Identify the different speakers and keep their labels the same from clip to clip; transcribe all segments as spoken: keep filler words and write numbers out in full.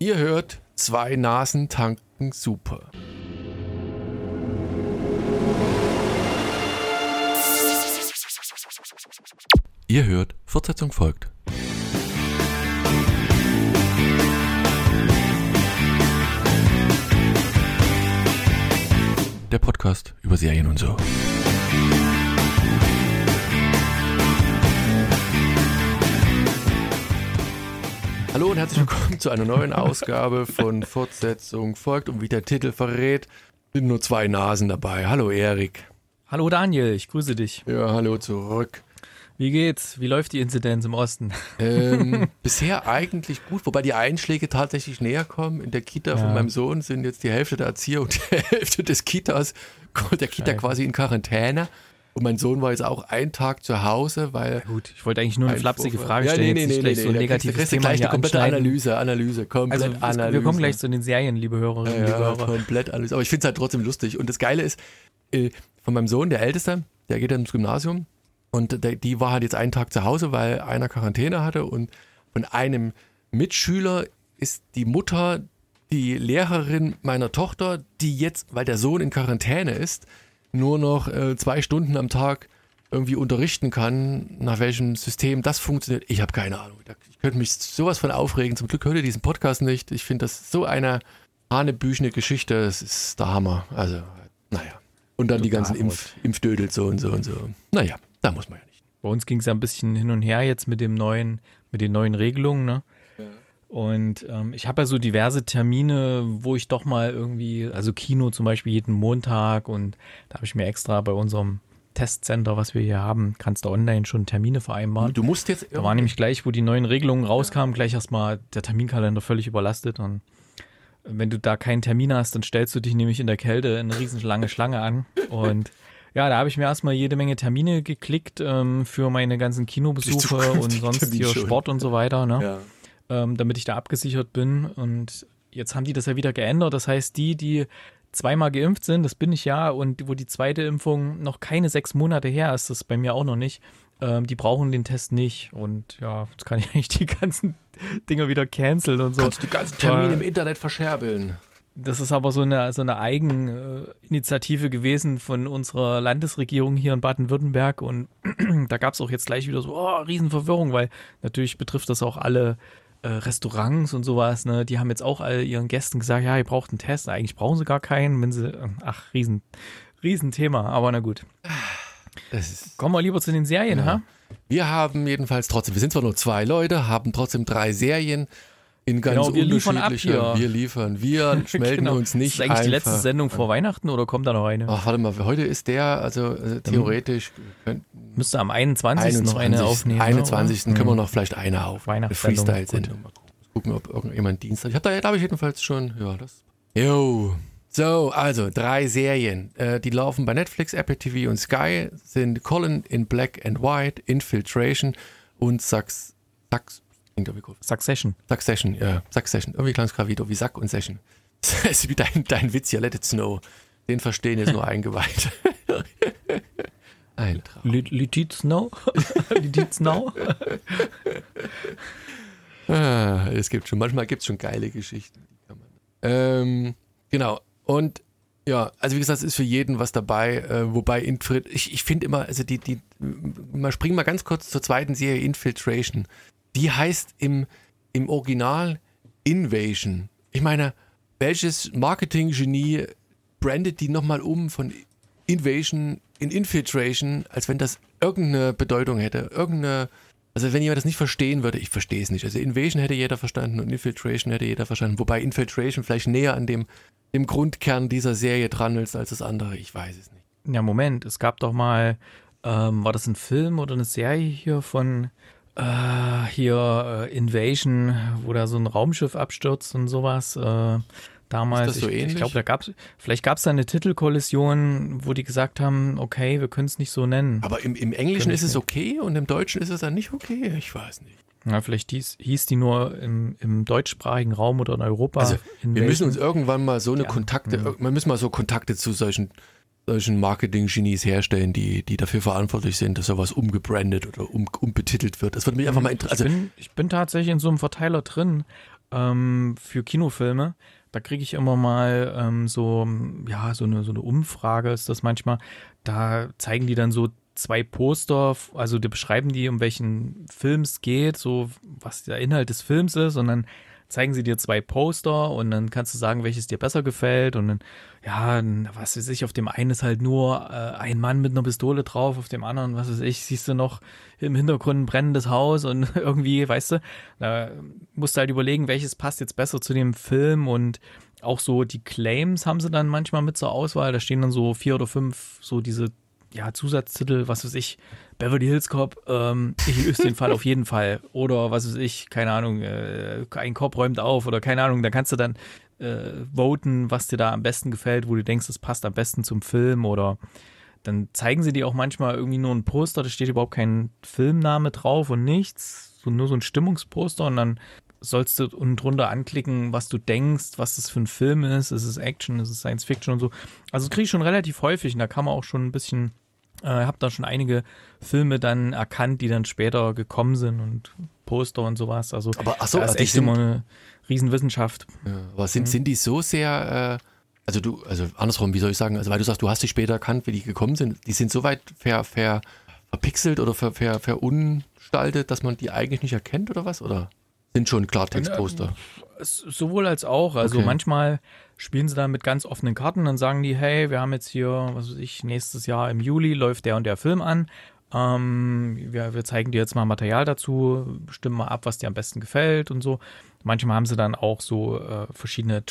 Speaker 1: Ihr hört zwei Nasen tanken super. Ihr hört, Fortsetzung folgt. Der Podcast über Serien und so. Hallo und herzlich willkommen zu einer neuen Ausgabe von Fortsetzung folgt. Und wie der Titel verrät, sind nur zwei Nasen dabei. Hallo Erik.
Speaker 2: Hallo Daniel, ich grüße dich.
Speaker 1: Ja, hallo zurück.
Speaker 2: Wie geht's? Wie läuft die Inzidenz im Osten?
Speaker 1: Ähm, bisher eigentlich gut, wobei die Einschläge tatsächlich näher kommen. In der Kita ja. von meinem Sohn sind jetzt die Hälfte der Erzieher und die Hälfte des Kitas, der Kita Scheiße. quasi in Quarantäne. Und mein Sohn war jetzt auch einen Tag zu Hause, weil...
Speaker 2: Ja gut, ich wollte eigentlich nur eine flapsige Frage
Speaker 1: ja,
Speaker 2: stellen,
Speaker 1: nee, nee,
Speaker 2: jetzt nicht
Speaker 1: nee,
Speaker 2: gleich
Speaker 1: nee,
Speaker 2: so ein
Speaker 1: nee,
Speaker 2: negatives Thema
Speaker 1: gleich
Speaker 2: hier
Speaker 1: eine komplette
Speaker 2: anschneiden.
Speaker 1: Analyse, Analyse, komplett
Speaker 2: also,
Speaker 1: Analyse.
Speaker 2: Wir kommen gleich zu den Serien, liebe Hörerinnen,
Speaker 1: ja,
Speaker 2: liebe Hörer.
Speaker 1: komplett alles. Aber ich finde es halt trotzdem lustig. Und das Geile ist, äh, von meinem Sohn, der Älteste, der geht dann ins Gymnasium und der, die war halt jetzt einen Tag zu Hause, weil einer Quarantäne hatte und von einem Mitschüler ist die Mutter die Lehrerin meiner Tochter, die jetzt, weil der Sohn in Quarantäne ist, nur noch äh, zwei Stunden am Tag irgendwie unterrichten kann, nach welchem System das funktioniert. Ich habe keine Ahnung. Ich könnte mich sowas von aufregen. Zum Glück hört ihr diesen Podcast nicht. Ich finde das so eine hanebüchene Geschichte. Das ist der Hammer. Also, naja. Und dann Total die ganzen Impf- Impfdödel so und so und so. Naja, da muss man ja nicht.
Speaker 2: Bei uns ging es ja ein bisschen hin und her jetzt mit dem neuen, mit den neuen Regelungen, ne? Ja. Und ähm, ich habe ja so diverse Termine, wo ich doch mal irgendwie, also Kino zum Beispiel jeden Montag und da habe ich mir extra bei unserem Testcenter, was wir hier haben, kannst du online schon Termine vereinbaren.
Speaker 1: Du musst jetzt...
Speaker 2: Da war nämlich gleich, wo die neuen Regelungen rauskamen, gleich erstmal der Terminkalender völlig überlastet. Und wenn du da keinen Termin hast, dann stellst du dich nämlich in der Kälte eine riesenlange Schlange an. Und ja, da habe ich mir erstmal jede Menge Termine geklickt ähm, für meine ganzen Kinobesuche und sonst hier Sport und so weiter, ne? Ja. Ähm, damit ich da abgesichert bin. Und jetzt haben die das ja wieder geändert. Das heißt, die, die zweimal geimpft sind, das bin ich ja, und wo die zweite Impfung noch keine sechs Monate her ist, das ist bei mir auch noch nicht, ähm, die brauchen den Test nicht. Und ja, jetzt kann ich eigentlich die ganzen Dinger wieder canceln und so.
Speaker 1: Kannst du die ganzen Termine im Internet verscherbeln.
Speaker 2: Das ist aber so eine, so eine Eigeninitiative gewesen von unserer Landesregierung hier in Baden-Württemberg und da gab es auch jetzt gleich wieder so, oh, Riesenverwirrung, weil natürlich betrifft das auch alle äh, Restaurants und sowas, ne? Die haben jetzt auch all ihren Gästen gesagt, ja, ihr braucht einen Test, eigentlich brauchen sie gar keinen, wenn sie, ach, riesen, Riesenthema, aber na gut. Kommen wir lieber zu den Serien, ja. ha?
Speaker 1: Wir haben jedenfalls trotzdem, wir sind zwar nur zwei Leute, haben trotzdem drei Serien. In ganz
Speaker 2: genau, wir liefern ab hier.
Speaker 1: Wir liefern, wir schmelzen genau. uns nicht.
Speaker 2: Ist das eigentlich
Speaker 1: einfach.
Speaker 2: die letzte Sendung vor Weihnachten oder kommt da noch eine?
Speaker 1: Ach, warte mal, heute ist der, also äh, theoretisch.
Speaker 2: Könnt, müsste am einundzwanzigsten noch eine aufnehmen.
Speaker 1: Am einundzwanzigsten
Speaker 2: Oder?
Speaker 1: können wir noch vielleicht eine auf.
Speaker 2: Eine
Speaker 1: Freestyle-Sendung. Mal gucken, ob irgendjemand Dienst hat. Ich habe da, da habe ich jedenfalls schon, ja, das. Jo. So, also drei Serien. Äh, die laufen bei Netflix, Apple T V und Sky, sind Colin in Black and White, Infiltration und Sax. Sax
Speaker 2: Succession.
Speaker 1: Succession, ja. Succession. Irgendwie klang es gerade wieder wie Sack und Session. Das ist wie dein, dein Witz hier, Let It Snow. Den verstehen jetzt nur eingeweiht. Ein Traum.
Speaker 2: Let It Snow? Let It Snow?
Speaker 1: Ah, es gibt schon, manchmal gibt es schon geile Geschichten. Die kann man, ähm, genau. Und ja, also wie gesagt, es ist für jeden was dabei, äh, wobei Infil- ich, ich finde immer, also die, die, mal springen mal ganz kurz zur zweiten Serie, Infiltration. Die heißt im, im Original Invasion. Ich meine, welches Marketing-Genie brandet die nochmal um von Invasion in Infiltration, als wenn das irgendeine Bedeutung hätte? Irgendeine, also wenn jemand das nicht verstehen würde, ich verstehe es nicht. Also Invasion hätte jeder verstanden und Infiltration hätte jeder verstanden. Wobei Infiltration vielleicht näher an dem, dem Grundkern dieser Serie dran ist als das andere. Ich weiß es nicht.
Speaker 2: Ja, Moment. Es gab doch mal, ähm, war das ein Film oder eine Serie hier von... Uh, hier uh, Invasion, wo da so ein Raumschiff abstürzt und sowas. Uh, damals,
Speaker 1: ist das so
Speaker 2: ich,
Speaker 1: ähnlich?
Speaker 2: ich glaube, da gab's, vielleicht gab es da eine Titelkollision, wo die gesagt haben, okay, wir können es nicht so nennen.
Speaker 1: Aber im, im Englischen ist es okay und im Deutschen ist es dann nicht okay? Ich weiß nicht.
Speaker 2: Ja, vielleicht hieß, hieß die nur im, im deutschsprachigen Raum oder in Europa.
Speaker 1: Also
Speaker 2: Invasion.
Speaker 1: Wir müssen uns irgendwann mal so eine
Speaker 2: ja.
Speaker 1: Kontakte,
Speaker 2: ja.
Speaker 1: wir müssen mal so Kontakte zu solchen solchen Marketing-Genies herstellen, die, die dafür verantwortlich sind, dass sowas umgebrandet oder um, umbetitelt wird. Das würde mich einfach mal interessieren.
Speaker 2: Also ich, bin, ich bin tatsächlich in so einem Verteiler drin ähm, für Kinofilme. Da kriege ich immer mal ähm, so, ja, so eine, so eine Umfrage ist das manchmal. Da zeigen die dann so zwei Poster, also die beschreiben die, um welchen Film es geht, so was der Inhalt des Films ist, und dann zeigen sie dir zwei Poster und dann kannst du sagen, welches dir besser gefällt, und dann, ja, was weiß ich, auf dem einen ist halt nur äh, ein Mann mit einer Pistole drauf, auf dem anderen, was weiß ich, siehst du noch im Hintergrund ein brennendes Haus und irgendwie, weißt du, da musst du halt überlegen, welches passt jetzt besser zu dem Film, und auch so die Claims haben sie dann manchmal mit zur Auswahl, da stehen dann so vier oder fünf so diese ja, Zusatztitel, was weiß ich, Beverly Hills Cop, ähm, ich löse den Fall auf jeden Fall. Oder was weiß ich, keine Ahnung, äh, ein Cop räumt auf oder keine Ahnung, da kannst du dann äh, voten, was dir da am besten gefällt, wo du denkst, das passt am besten zum Film, oder dann zeigen sie dir auch manchmal irgendwie nur ein Poster, da steht überhaupt kein Filmname drauf und nichts, so, nur so ein Stimmungsposter, und dann sollst du unten drunter anklicken, was du denkst, was das für ein Film ist, ist es Action, ist es Science Fiction und so. Also das kriege ich schon relativ häufig, und da kann man auch schon ein bisschen Ich äh, habe da schon einige Filme dann erkannt, die dann später gekommen sind, und Poster und sowas. Also
Speaker 1: aber, ach so,
Speaker 2: das ist echt
Speaker 1: sind,
Speaker 2: immer eine Riesenwissenschaft.
Speaker 1: Ja, aber sind, mhm. sind die so sehr, äh, also du, also andersrum, wie soll ich sagen, also weil du sagst, du hast die später erkannt, wie die gekommen sind, die sind so weit ver, ver, verpixelt oder ver, ver, verunstaltet, dass man die eigentlich nicht erkennt oder was? Oder sind schon Klartextposter?
Speaker 2: Sowohl als auch. Also okay. Manchmal spielen sie dann mit ganz offenen Karten, dann sagen die, hey, wir haben jetzt hier, was weiß ich, nächstes Jahr im Juli läuft der und der Film an. Ähm, wir, wir zeigen dir jetzt mal Material dazu, stimmen mal ab, was dir am besten gefällt und so. Manchmal haben sie dann auch so äh, verschiedene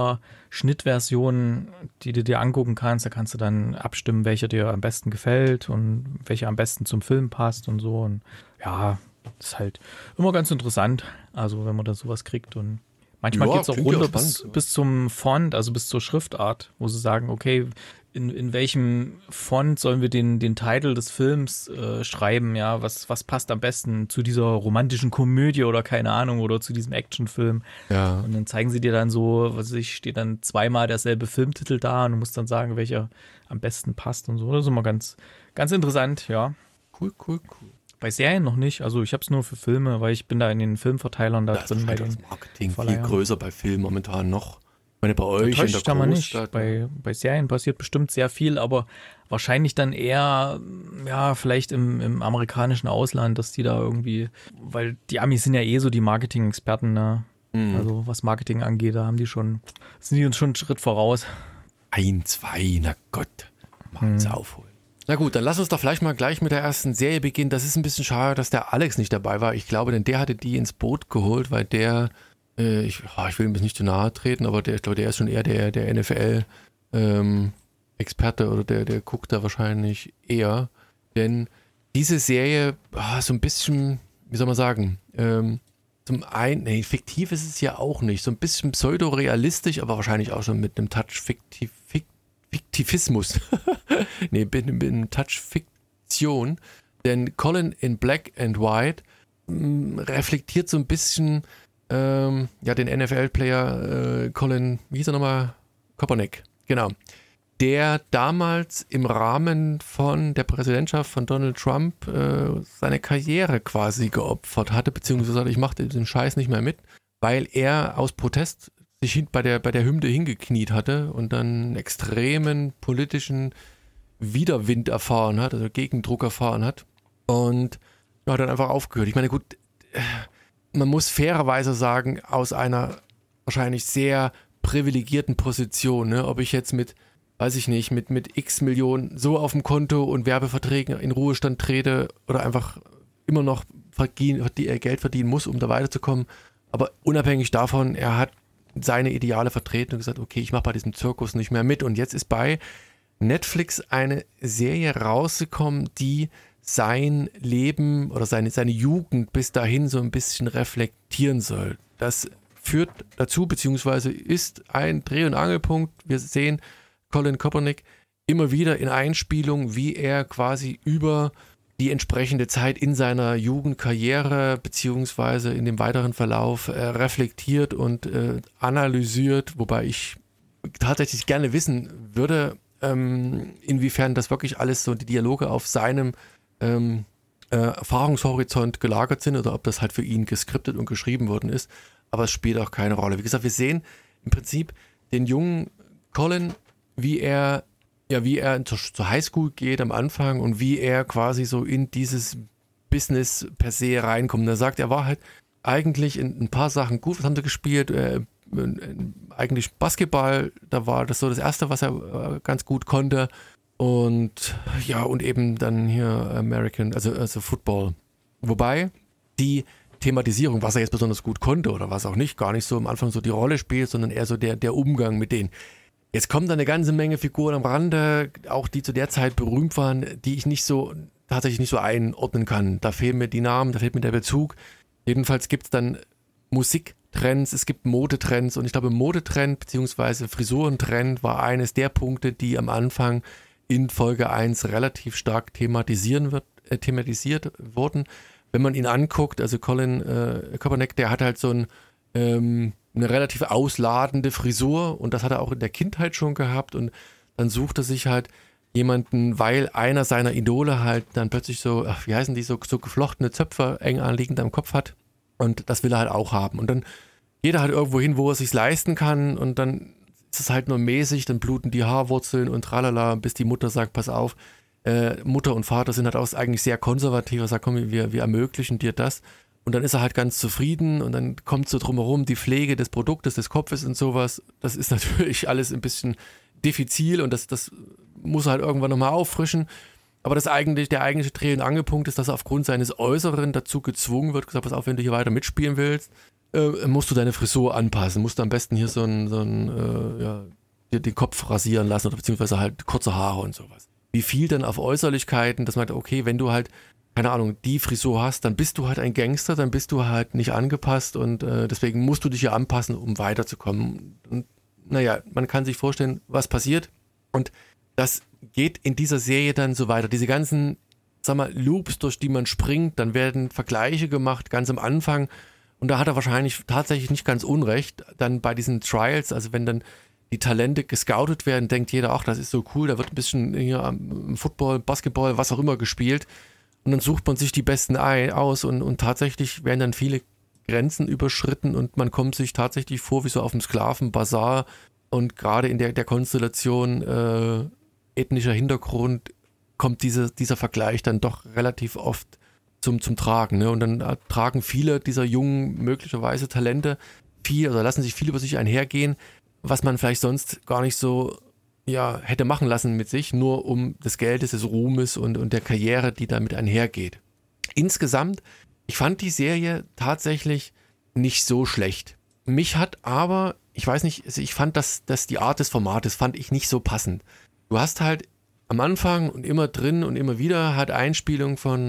Speaker 2: Trailer-Schnittversionen, die du dir angucken kannst. Da kannst du dann abstimmen, welcher dir am besten gefällt und welcher am besten zum Film passt und so. Und ja, das ist halt immer ganz interessant, also wenn man da sowas kriegt. Und manchmal ja, geht es auch runter bis, bis zum Font, also bis zur Schriftart, wo sie sagen, okay, in, in welchem Font sollen wir den, den Titel des Films äh, schreiben, ja, was, was passt am besten zu dieser romantischen Komödie oder keine Ahnung, oder zu diesem Actionfilm.
Speaker 1: Ja.
Speaker 2: Und dann zeigen sie dir dann so, was weiß ich, steht dann zweimal derselbe Filmtitel da, und du musst dann sagen, welcher am besten passt und so. Das ist immer ganz, ganz interessant, ja.
Speaker 1: Cool, cool, cool.
Speaker 2: Bei Serien noch nicht, also ich habe es nur für Filme, weil ich bin da in den Filmverteilern da
Speaker 1: das
Speaker 2: drin.
Speaker 1: Ist
Speaker 2: bei
Speaker 1: das
Speaker 2: den
Speaker 1: Marketing viel größer bei Filmen momentan noch. Ich meine, bei euch in der
Speaker 2: da mal nicht. Bei, bei Serien passiert bestimmt sehr viel, aber wahrscheinlich dann eher, ja, vielleicht im, im amerikanischen Ausland, dass die da irgendwie, weil die Amis sind ja eh so die Marketing-Experten, ne? Mhm. Also was Marketing angeht, da haben die schon, sind die uns schon einen Schritt voraus.
Speaker 1: Ein, zwei, na Gott, machen sie mhm. aufholen. Na gut, dann lass uns doch vielleicht mal gleich mit der ersten Serie beginnen. Das ist ein bisschen schade, dass der Alex nicht dabei war. Ich glaube, denn der hatte die ins Boot geholt, weil der, äh, ich, oh, ich will ihm das nicht zu nahe treten, aber der, ich glaube, der ist schon eher der, der N F L-Experte ähm, oder der, der guckt da wahrscheinlich eher. Denn diese Serie, oh, so ein bisschen, wie soll man sagen, ähm, zum einen, nee, fiktiv ist es ja auch nicht. So ein bisschen pseudo-realistisch, aber wahrscheinlich auch schon mit einem Touch fiktiv, fiktiv Fiktivismus. nee, mit einem Touch Fiktion. Denn Colin in Black and White mh, reflektiert so ein bisschen ähm, ja, den N F L-Player äh, Colin, wie hieß er nochmal? Kaepernick, genau. Der damals im Rahmen von der Präsidentschaft von Donald Trump äh, seine Karriere quasi geopfert hatte, beziehungsweise gesagt, ich mache den Scheiß nicht mehr mit, weil er aus Protest sich bei der, bei der Hymne hingekniet hatte und dann einen extremen politischen Widerwind erfahren hat, also Gegendruck erfahren hat, und ja, hat dann einfach aufgehört. Ich meine, gut, man muss fairerweise sagen, aus einer wahrscheinlich sehr privilegierten Position, ne? Ob ich jetzt mit, weiß ich nicht, mit, mit x Millionen so auf dem Konto und Werbeverträgen in Ruhestand trete oder einfach immer noch verdienen, Geld verdienen muss, um da weiterzukommen. Aber unabhängig davon, er hat seine Ideale vertreten und gesagt, okay, ich mache bei diesem Zirkus nicht mehr mit. Und jetzt ist bei Netflix eine Serie rausgekommen, die sein Leben oder seine, seine Jugend bis dahin so ein bisschen reflektieren soll. Das führt dazu, beziehungsweise ist ein Dreh- und Angelpunkt. Wir sehen Colin Kaepernick immer wieder in Einspielungen, wie er quasi über die entsprechende Zeit in seiner Jugendkarriere beziehungsweise in dem weiteren Verlauf äh, reflektiert und äh, analysiert, wobei ich tatsächlich gerne wissen würde, ähm, inwiefern das wirklich alles so die Dialoge auf seinem ähm, äh, Erfahrungshorizont gelagert sind oder ob das halt für ihn geskriptet und geschrieben worden ist. aber es spielt auch keine Rolle. Wie gesagt, wir sehen im Prinzip den jungen Colin, wie er, ja, wie er zur, zur Highschool geht am Anfang und wie er quasi so in dieses Business per se reinkommt. Und er sagt, er war halt eigentlich in ein paar Sachen gut. Was haben sie gespielt? Äh, eigentlich Basketball, da war das so das Erste, was er äh, ganz gut konnte. Und ja, und eben dann hier American, also, also Football. Wobei die Thematisierung, was er jetzt besonders gut konnte oder was auch nicht, gar nicht so am Anfang so die Rolle spielt, sondern eher so der, der Umgang mit denen. Jetzt kommen da eine ganze Menge Figuren am Rande, auch die zu der Zeit berühmt waren, die ich nicht so, tatsächlich nicht so einordnen kann. Da fehlen mir die Namen, da fehlt mir der Bezug. Jedenfalls gibt es dann Musiktrends, es gibt Modetrends und ich glaube Modetrend bzw. Frisurentrend war eines der Punkte, die am Anfang in Folge eins relativ stark thematisieren wird, äh, thematisiert wurden. Wenn man ihn anguckt, also Colin äh, Kaepernick, der hat halt so ein, ähm, eine relativ ausladende Frisur und das hat er auch in der Kindheit schon gehabt und dann sucht er sich halt jemanden, weil einer seiner Idole halt dann plötzlich so, ach, wie heißen die, so, so geflochtene Zöpfe eng anliegend am Kopf hat und das will er halt auch haben und dann geht er halt irgendwo hin, wo er es sich leisten kann und dann ist es halt nur mäßig, dann bluten die Haarwurzeln und tralala, bis die Mutter sagt, pass auf, Äh, Mutter und Vater sind halt auch eigentlich sehr konservativ, er sagt, komm, wir, wir ermöglichen dir das und dann ist er halt ganz zufrieden und dann kommt so drumherum die Pflege des Produktes, des Kopfes und sowas, das ist natürlich alles ein bisschen diffizil und das, das muss er halt irgendwann nochmal auffrischen, aber das eigentlich, der eigentliche Dreh- und Angelpunkt ist, dass er aufgrund seines Äußeren dazu gezwungen wird, gesagt, pass auf, wenn du hier weiter mitspielen willst, äh, musst du deine Frisur anpassen, musst du am besten hier so ein, so ein äh, ja, dir den Kopf rasieren lassen oder beziehungsweise halt kurze Haare und sowas. Wie viel dann auf Äußerlichkeiten, dass man sagt, okay, wenn du halt, keine Ahnung, die Frisur hast, dann bist du halt ein Gangster, dann bist du halt nicht angepasst und äh, deswegen musst du dich ja anpassen, um weiterzukommen. Und naja, man kann sich vorstellen, was passiert und das geht in dieser Serie dann so weiter. Diese ganzen, sag mal, Loops, durch die man springt, dann werden Vergleiche gemacht, ganz am Anfang und da hat er wahrscheinlich tatsächlich nicht ganz unrecht, dann bei diesen Trials, also wenn dann die Talente gescoutet werden, denkt jeder, ach, das ist so cool, da wird ein bisschen hier am Football, Basketball, was auch immer gespielt und dann sucht man sich die Besten ein, aus und, und tatsächlich werden dann viele Grenzen überschritten und man kommt sich tatsächlich vor wie so auf dem Sklavenbazar und gerade in der, der Konstellation äh, ethnischer Hintergrund kommt diese, dieser Vergleich dann doch relativ oft zum, zum Tragen, ne? Und dann äh, tragen viele dieser jungen, möglicherweise Talente viel oder lassen sich viel über sich einhergehen, was man vielleicht sonst gar nicht so ja, hätte machen lassen mit sich, nur um des Geldes, des Ruhmes und, und der Karriere, die damit einhergeht. Insgesamt, ich fand die Serie tatsächlich nicht so schlecht. Mich hat aber, ich weiß nicht, ich fand, dass, dass die Art des Formates fand ich nicht so passend. Du hast halt am Anfang und immer drin und immer wieder halt Einspielung von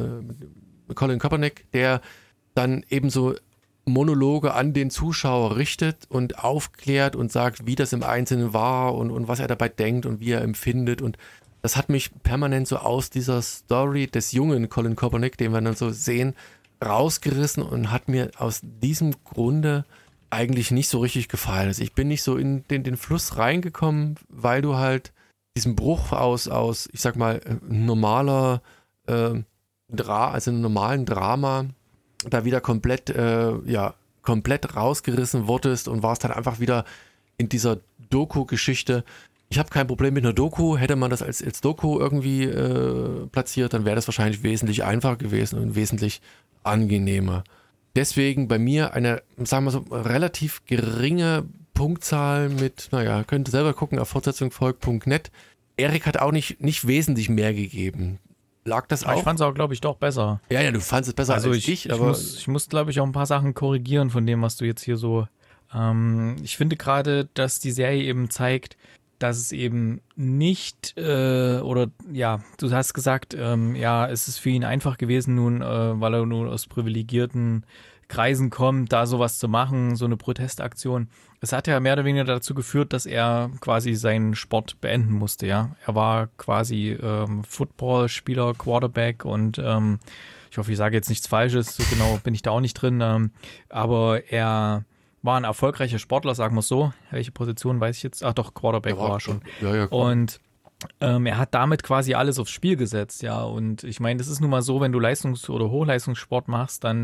Speaker 1: äh, Colin Kaepernick, der dann eben so Monologe an den Zuschauer richtet und aufklärt und sagt, wie das im Einzelnen war und, und was er dabei denkt und wie er empfindet. Und das hat mich permanent so aus dieser Story des jungen Colin Kaepernick, den wir dann so sehen, rausgerissen und hat mir aus diesem Grunde eigentlich nicht so richtig gefallen. Also ich bin nicht so in den, den Fluss reingekommen, weil du halt diesen Bruch aus, aus ich sag mal, normaler äh, Dra- also einem normalen Drama da wieder komplett, äh, ja, komplett rausgerissen wurdest und warst dann einfach wieder in dieser Doku-Geschichte. Ich habe kein Problem mit einer Doku, hätte man das als, als Doku irgendwie äh, platziert, dann wäre das wahrscheinlich wesentlich einfacher gewesen und wesentlich angenehmer. Deswegen bei mir eine, sagen wir so, relativ geringe Punktzahl mit, naja, könnt ihr selber gucken, auf fortsetzung volk punkt net. Erik hat auch nicht, nicht wesentlich mehr gegeben. Lag das auch?
Speaker 2: Ich fand es auch, glaube ich, doch besser.
Speaker 1: Ja, ja, du fandest es besser
Speaker 2: also
Speaker 1: als
Speaker 2: ich,
Speaker 1: ich.
Speaker 2: ich
Speaker 1: aber
Speaker 2: muss, ich muss, glaube ich, auch ein paar Sachen korrigieren von dem, was du jetzt hier so... Ähm, ich finde gerade, dass die Serie eben zeigt, dass es eben nicht, äh, oder ja, du hast gesagt, ähm, ja, es ist für ihn einfach gewesen nun, äh, weil er nun aus privilegierten Kreisen kommt, da sowas zu machen, so eine Protestaktion. Es hat ja mehr oder weniger dazu geführt, dass er quasi seinen Sport beenden musste, ja. Er war quasi ähm, Footballspieler, Quarterback und ähm, ich hoffe, ich sage jetzt nichts Falsches, so genau bin ich da auch nicht drin, ähm, aber er war ein erfolgreicher Sportler, sagen wir es so. Welche Position weiß ich jetzt? Ach doch, Quarterback war er schon.
Speaker 1: Ja, ja,
Speaker 2: und ähm, er hat damit quasi alles aufs Spiel gesetzt, ja. Und ich meine, das ist nun mal so, wenn du Leistungs- oder Hochleistungssport machst, dann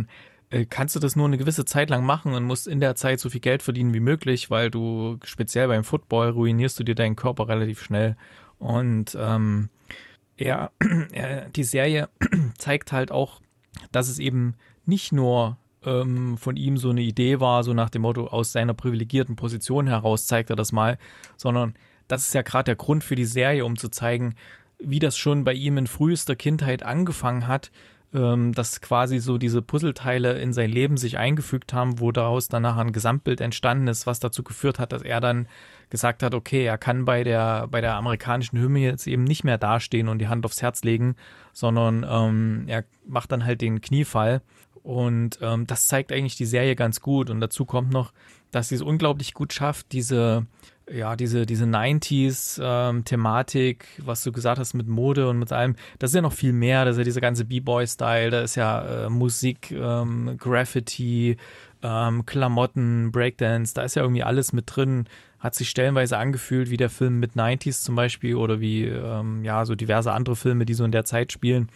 Speaker 2: äh, kannst du das nur eine gewisse Zeit lang machen und musst in der Zeit so viel Geld verdienen wie möglich, weil du speziell beim Football ruinierst du dir deinen Körper relativ schnell. Und ähm, ja, die Serie zeigt halt auch, dass es eben nicht nur ähm, von ihm so eine Idee war, so nach dem Motto, aus seiner privilegierten Position heraus zeigt er das mal, sondern das ist ja gerade der Grund für die Serie, um zu zeigen, wie das schon bei ihm in frühester Kindheit angefangen hat, ähm, dass quasi so diese Puzzleteile in sein Leben sich eingefügt haben, wo daraus danach ein Gesamtbild entstanden ist, was dazu geführt hat, dass er dann gesagt hat, okay, er kann bei der, bei der amerikanischen Hymne jetzt eben nicht mehr dastehen und die Hand aufs Herz legen, sondern ähm, er macht dann halt den Kniefall. Und ähm, das zeigt eigentlich die Serie ganz gut. Und dazu kommt noch, dass sie es unglaublich gut schafft, diese, ja, diese, diese neunziger-Thematik, ähm, was du gesagt hast mit Mode und mit allem, das ist ja noch viel mehr. Das ist ja dieser ganze B-Boy-Style, da ist ja äh, Musik, ähm, Graffiti, ähm, Klamotten, Breakdance, da ist ja irgendwie alles mit drin. Hat sich stellenweise angefühlt wie der Film mit neunziger zum Beispiel oder wie ähm, ja so diverse andere Filme, die so in der Zeit spielen.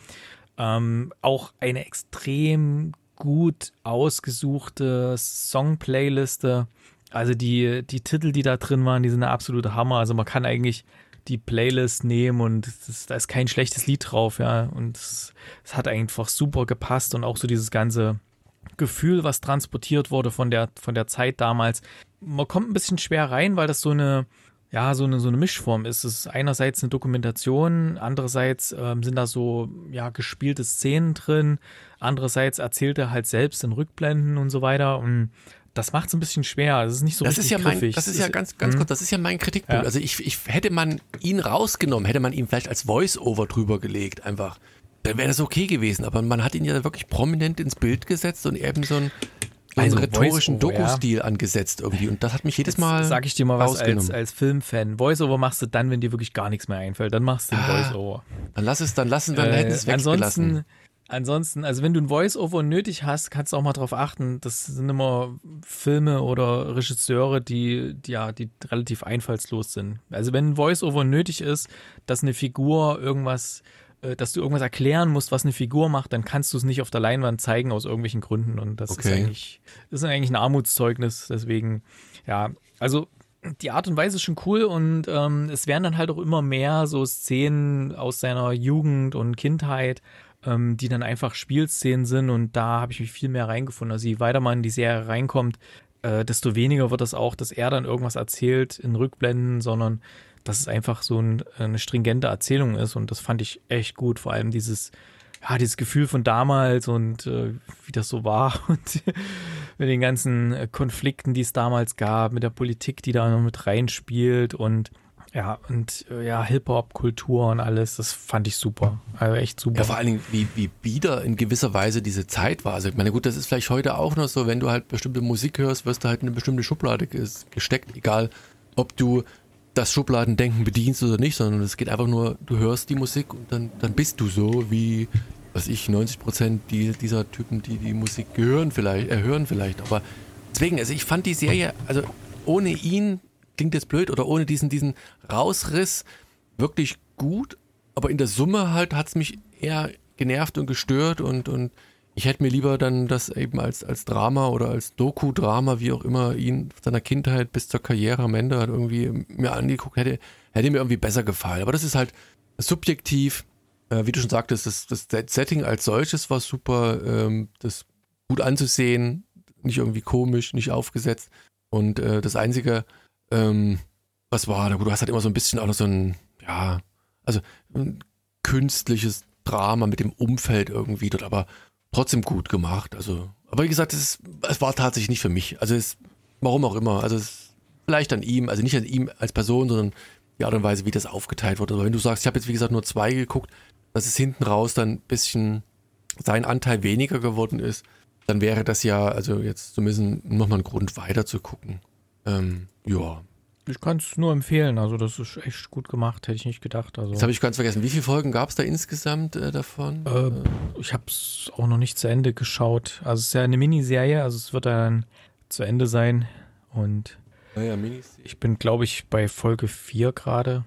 Speaker 2: Ähm, auch eine extrem gut ausgesuchte Song-Playliste. Also die, die Titel, die da drin waren, die sind der absolute Hammer. Also man kann eigentlich die Playlist nehmen und das, da ist kein schlechtes Lied drauf, ja. Und es, es hat einfach super gepasst und auch so dieses ganze Gefühl, was transportiert wurde von der, von der Zeit damals. Man kommt ein bisschen schwer rein, weil das so eine, ja, so eine, so eine Mischform ist. Es ist einerseits eine Dokumentation, andererseits ähm, sind da so, ja, gespielte Szenen drin, andererseits erzählt er halt selbst in Rückblenden und so weiter und das macht es ein bisschen schwer. Das ist nicht so
Speaker 1: das
Speaker 2: richtig
Speaker 1: ist ja mein,
Speaker 2: griffig.
Speaker 1: Das ist ja ganz, ganz kurz, das ist ja mein Kritikpunkt.
Speaker 2: Ja.
Speaker 1: Also ich, ich hätte man ihn rausgenommen, hätte man ihn vielleicht als Voice-Over drüber gelegt, einfach. Dann wäre das okay gewesen, aber man hat ihn ja wirklich prominent ins Bild gesetzt und eben so einen, so einen
Speaker 2: Also
Speaker 1: rhetorischen
Speaker 2: Voice-Over,
Speaker 1: Doku-Stil ja. angesetzt irgendwie und das hat mich jedes
Speaker 2: Jetzt
Speaker 1: Mal
Speaker 2: sag ich dir mal was als,
Speaker 1: rausgenommen.
Speaker 2: als Filmfan. Voice-Over machst du dann, wenn dir wirklich gar nichts mehr einfällt. Dann machst du den
Speaker 1: Ah,
Speaker 2: Voice-Over.
Speaker 1: Dann lass es, dann lassen, dann
Speaker 2: Äh,
Speaker 1: hätten es weggelassen.
Speaker 2: ansonsten, ansonsten, also wenn du ein Voice-Over nötig hast, kannst du auch mal drauf achten. Das sind immer Filme oder Regisseure, die, die, ja, die relativ einfallslos sind. Also wenn ein Voice-Over nötig ist, dass eine Figur irgendwas dass du irgendwas erklären musst, was eine Figur macht, dann kannst du es nicht auf der Leinwand zeigen aus irgendwelchen Gründen und das
Speaker 1: Okay.
Speaker 2: ist eigentlich, das ist eigentlich ein Armutszeugnis, deswegen, ja, also die Art und Weise ist schon cool und ähm, es werden dann halt auch immer mehr so Szenen aus seiner Jugend und Kindheit, ähm, die dann einfach Spielszenen sind und da habe ich mich viel mehr reingefunden. Also je weiter man in die Serie reinkommt, äh, desto weniger wird das auch, dass er dann irgendwas erzählt in Rückblenden, sondern dass es einfach so ein, eine stringente Erzählung ist und das fand ich echt gut, vor allem dieses, ja, dieses Gefühl von damals und äh, wie das so war und mit den ganzen Konflikten, die es damals gab, mit der Politik, die da noch mit reinspielt und ja, und äh, ja, Hip-Hop-Kultur und alles, das fand ich super, also echt super.
Speaker 1: Ja, vor allen Dingen, wie, wie bieder in gewisser Weise diese Zeit war. Also ich meine, gut, das ist vielleicht heute auch noch so, wenn du halt bestimmte Musik hörst, wirst du halt in eine bestimmte Schublade gesteckt, egal ob du das Schubladendenken bedienst oder nicht, sondern es geht einfach nur, du hörst die Musik und dann, dann bist du so wie, was ich, neunzig Prozent die, dieser Typen, die die Musik hören vielleicht, äh, hören vielleicht. Aber deswegen, also ich fand die Serie, also ohne ihn, klingt jetzt blöd, oder ohne diesen, diesen Rausriss wirklich gut, aber in der Summe halt hat es mich eher genervt und gestört und, und ich hätte mir lieber dann das eben als, als Drama oder als Doku-Drama, wie auch immer, ihn von seiner Kindheit bis zur Karriere am Ende halt irgendwie mir angeguckt, hätte, hätte mir irgendwie besser gefallen. Aber das ist halt subjektiv, äh, wie du schon sagtest, das, das Setting als solches war super, ähm, das gut anzusehen, nicht irgendwie komisch, nicht aufgesetzt. Und äh, das Einzige, ähm, was war, du hast halt immer so ein bisschen auch noch so ein, ja, also ein künstliches Drama mit dem Umfeld irgendwie dort, aber trotzdem gut gemacht. Also, aber wie gesagt, es, ist, es war tatsächlich nicht für mich. Also es, warum auch immer. Also es vielleicht an ihm, also nicht an ihm als Person, sondern die Art und Weise, wie das aufgeteilt wurde. Aber wenn du sagst, ich habe jetzt wie gesagt nur zwei geguckt, dass es hinten raus dann ein bisschen sein Anteil weniger geworden ist, dann wäre das ja, also jetzt zumindest nochmal ein Grund weiter zu gucken. Ähm, ja.
Speaker 2: Ich kann es nur empfehlen, also das ist echt gut gemacht, hätte ich nicht gedacht. Also.
Speaker 1: Jetzt habe ich ganz vergessen, wie viele Folgen gab es da insgesamt äh, davon?
Speaker 2: Äh, ich habe es auch noch nicht zu Ende geschaut. Also es ist ja eine Miniserie, also es wird dann zu Ende sein und
Speaker 1: naja, Minis.
Speaker 2: Ich bin, glaube ich, bei Folge vier gerade.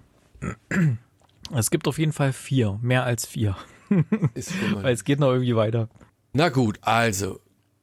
Speaker 2: Es gibt auf jeden Fall vier, mehr als vier.
Speaker 1: Ist schon mal.
Speaker 2: Weil es geht noch irgendwie weiter.
Speaker 1: Na gut, also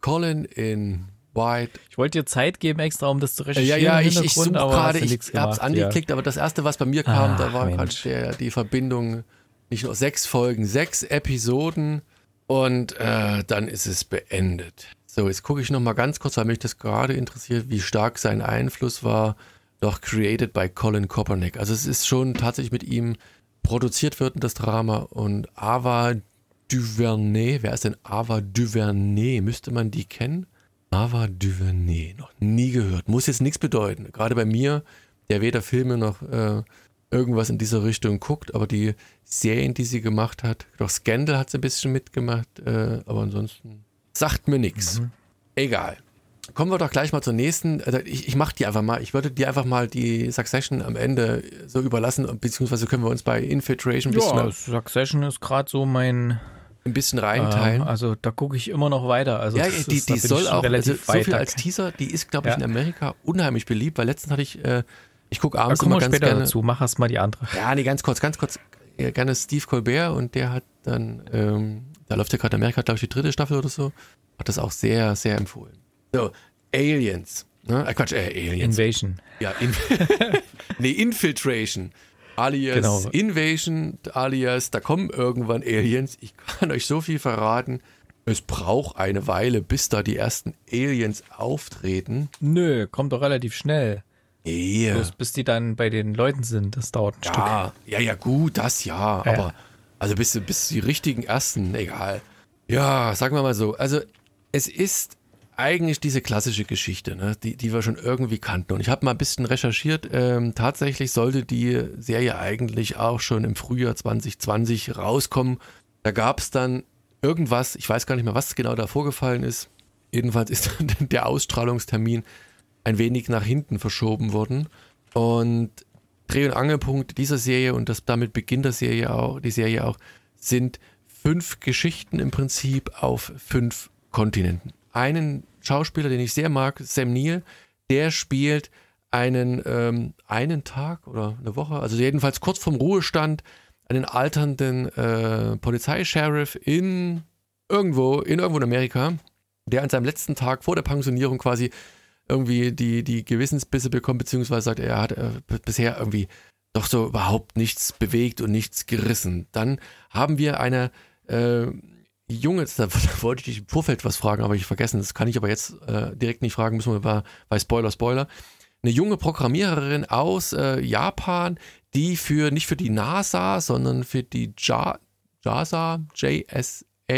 Speaker 1: Colin in White.
Speaker 2: Ich wollte dir Zeit geben extra, um das zu recherchieren.
Speaker 1: Ja, ja,
Speaker 2: im
Speaker 1: ich, ich suche
Speaker 2: Hintergrund, aber
Speaker 1: gerade,
Speaker 2: hast du
Speaker 1: ich
Speaker 2: nichts
Speaker 1: habe es
Speaker 2: gemacht,
Speaker 1: angeklickt, aber das erste, was bei mir kam,
Speaker 2: Ach,
Speaker 1: da war gerade
Speaker 2: Mensch.
Speaker 1: der, die Verbindung, nicht nur sechs Folgen, sechs Episoden und äh, dann ist es beendet. So, jetzt gucke ich nochmal ganz kurz, weil mich das gerade interessiert, wie stark sein Einfluss war, doch created by Colin Kaepernick. Also es ist schon tatsächlich mit ihm produziert wird, das Drama, und Ava DuVernay, wer ist denn Ava DuVernay? Müsste man die kennen? Ava DuVernay, noch nie gehört. Muss jetzt nichts bedeuten. Gerade bei mir, der weder Filme noch äh, irgendwas in dieser Richtung guckt, aber die Serien, die sie gemacht hat, doch Scandal hat sie ein bisschen mitgemacht, äh, aber ansonsten sagt mir nichts.
Speaker 2: Mhm.
Speaker 1: Egal. Kommen wir doch gleich mal zur nächsten. Also ich, ich mache die einfach mal. Ich würde dir einfach mal die Succession am Ende so überlassen, beziehungsweise können wir uns bei Infiltration ein bisschen,
Speaker 2: Ja, Succession ist gerade so mein
Speaker 1: ein bisschen reinteilen.
Speaker 2: Ähm, also da gucke ich immer noch weiter. Also
Speaker 1: ja,
Speaker 2: das
Speaker 1: die,
Speaker 2: ist, da
Speaker 1: die
Speaker 2: bin
Speaker 1: soll
Speaker 2: ich schon
Speaker 1: auch, also
Speaker 2: relativ
Speaker 1: so
Speaker 2: weit.
Speaker 1: viel
Speaker 2: Da
Speaker 1: als
Speaker 2: kann-
Speaker 1: Teaser, die ist, glaube ich,
Speaker 2: Ja.
Speaker 1: in Amerika unheimlich beliebt, weil letztens hatte ich, äh, ich gucke
Speaker 2: Da
Speaker 1: abends
Speaker 2: kommen
Speaker 1: immer
Speaker 2: wir
Speaker 1: ganz
Speaker 2: später
Speaker 1: gerne,
Speaker 2: dazu. Mach erst mal die andere.
Speaker 1: ja, nee, ganz kurz, ganz kurz, äh, gerne Steve Colbert, und der hat dann, ähm, da läuft ja gerade in Amerika, glaube ich, die dritte Staffel oder so, hat das auch sehr, sehr empfohlen. So, Aliens, ne? Äh, Quatsch, äh, Aliens.
Speaker 2: Invasion.
Speaker 1: Ja, in, nee, Infiltration. Alias
Speaker 2: Genau.
Speaker 1: Invasion, alias, da kommen irgendwann Aliens. Ich kann euch so viel verraten. Es braucht eine Weile, bis da die ersten Aliens auftreten.
Speaker 2: Nö, kommt doch relativ schnell.
Speaker 1: Yeah.
Speaker 2: Bloß bis die dann bei den Leuten sind, das dauert ein Stück.
Speaker 1: Ja, ja, ja, gut, das ja.
Speaker 2: Ja,
Speaker 1: Aber
Speaker 2: ja.
Speaker 1: also bis, bis die richtigen ersten, egal. Ja, sagen wir mal so. Also es ist eigentlich diese klassische Geschichte, ne, die, die wir schon irgendwie kannten. Und ich habe mal ein bisschen recherchiert. Ähm, tatsächlich sollte die Serie eigentlich auch schon im Frühjahr zwanzig zwanzig rauskommen. Da gab es dann irgendwas, ich weiß gar nicht mehr, was genau da vorgefallen ist. Jedenfalls ist dann der Ausstrahlungstermin ein wenig nach hinten verschoben worden. Und Dreh- und Angelpunkt dieser Serie, und das damit beginnt der Serie auch, die Serie auch, sind fünf Geschichten im Prinzip auf fünf Kontinenten. Einen Schauspieler, den ich sehr mag, Sam Neill, der spielt einen, ähm, einen Tag oder eine Woche, also jedenfalls kurz vorm Ruhestand, einen alternden äh, Polizeischeriff in irgendwo, in irgendwo in Amerika, der an seinem letzten Tag vor der Pensionierung quasi irgendwie die, die Gewissensbisse bekommt, beziehungsweise sagt, er hat äh, b- bisher irgendwie doch so überhaupt nichts bewegt und nichts gerissen. Dann haben wir eine äh, junge, da wollte ich dich im Vorfeld was fragen, aber ich vergessen, das kann ich aber jetzt äh, direkt nicht fragen, müssen wir bei, bei Spoiler, Spoiler. Eine junge Programmiererin aus äh, Japan, die für, nicht für die NASA, sondern für die Ja- JASA, J S A,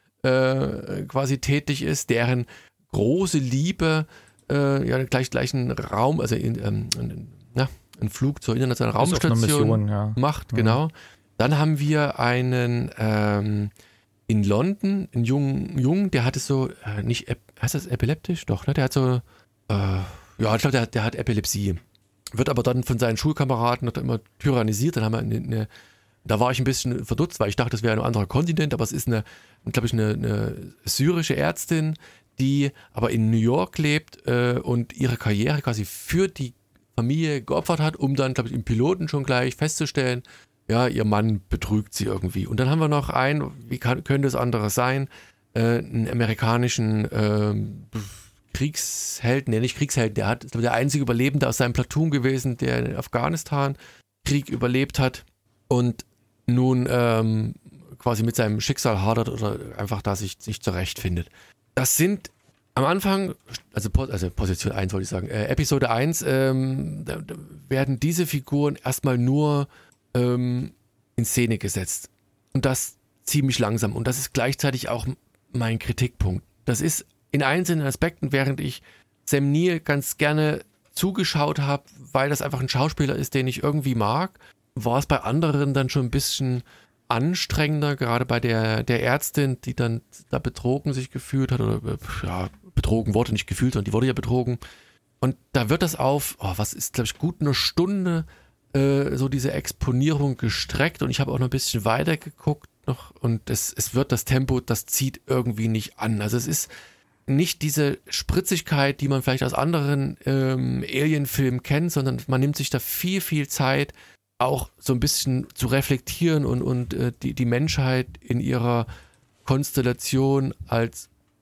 Speaker 1: äh, quasi tätig ist, deren große Liebe äh, ja gleich gleichen Raum, also in, ähm, in, na, einen Flug zur internationalen
Speaker 2: Ist auf einer
Speaker 1: Raumstation
Speaker 2: Mission, ja.
Speaker 1: macht,
Speaker 2: Mhm.
Speaker 1: genau. Dann haben wir einen ähm, in London, einen jungen, jungen, der hatte so, äh, nicht, ep- heißt das epileptisch? Doch, ne? Der hat so, äh, ja, ich glaube, der, der hat Epilepsie. Wird aber dann von seinen Schulkameraden noch immer tyrannisiert. Dann haben wir eine, eine, da war ich ein bisschen verdutzt, weil ich dachte, das wäre ein anderer Kontinent, aber es ist eine, glaube ich, eine, eine syrische Ärztin, die aber in New York lebt äh, und ihre Karriere quasi für die Familie geopfert hat, um dann, glaube ich, im Piloten schon gleich festzustellen, ja, ihr Mann betrügt sie irgendwie. Und dann haben wir noch einen, wie kann, könnte es anderes sein, äh, einen amerikanischen ähm, Kriegshelden, nee, nicht Kriegshelden, der hat, ist der einzige Überlebende aus seinem Platoon gewesen, der in Afghanistan Krieg überlebt hat und nun ähm, quasi mit seinem Schicksal hadert oder einfach da sich, sich zurechtfindet. Das sind am Anfang, also, Po- also Position eins wollte ich sagen, äh, Episode eins, ähm, da, da werden diese Figuren erstmal nur ähm, in Szene gesetzt. Und das ziemlich langsam. Und das ist gleichzeitig auch mein Kritikpunkt. Das ist in einzelnen Aspekten, während ich Sam Neill ganz gerne zugeschaut habe, weil das einfach ein Schauspieler ist, den ich irgendwie mag, war es bei anderen dann schon ein bisschen anstrengender, gerade bei der, der Ärztin, die dann da betrogen sich gefühlt hat, oder äh, ja, betrogen wurde, nicht gefühlt, sondern die wurde ja betrogen. Und da wird das auf, oh, was ist, glaube ich, gut eine Stunde äh, so diese Exponierung gestreckt, und ich habe auch noch ein bisschen weiter geguckt noch, und es, es wird das Tempo, das zieht irgendwie nicht an. Also es ist nicht diese Spritzigkeit, die man vielleicht aus anderen ähm, Alien-Filmen kennt, sondern man nimmt sich da viel, viel Zeit, auch so ein bisschen zu reflektieren und, und äh, die, die Menschheit in ihrer Konstellation als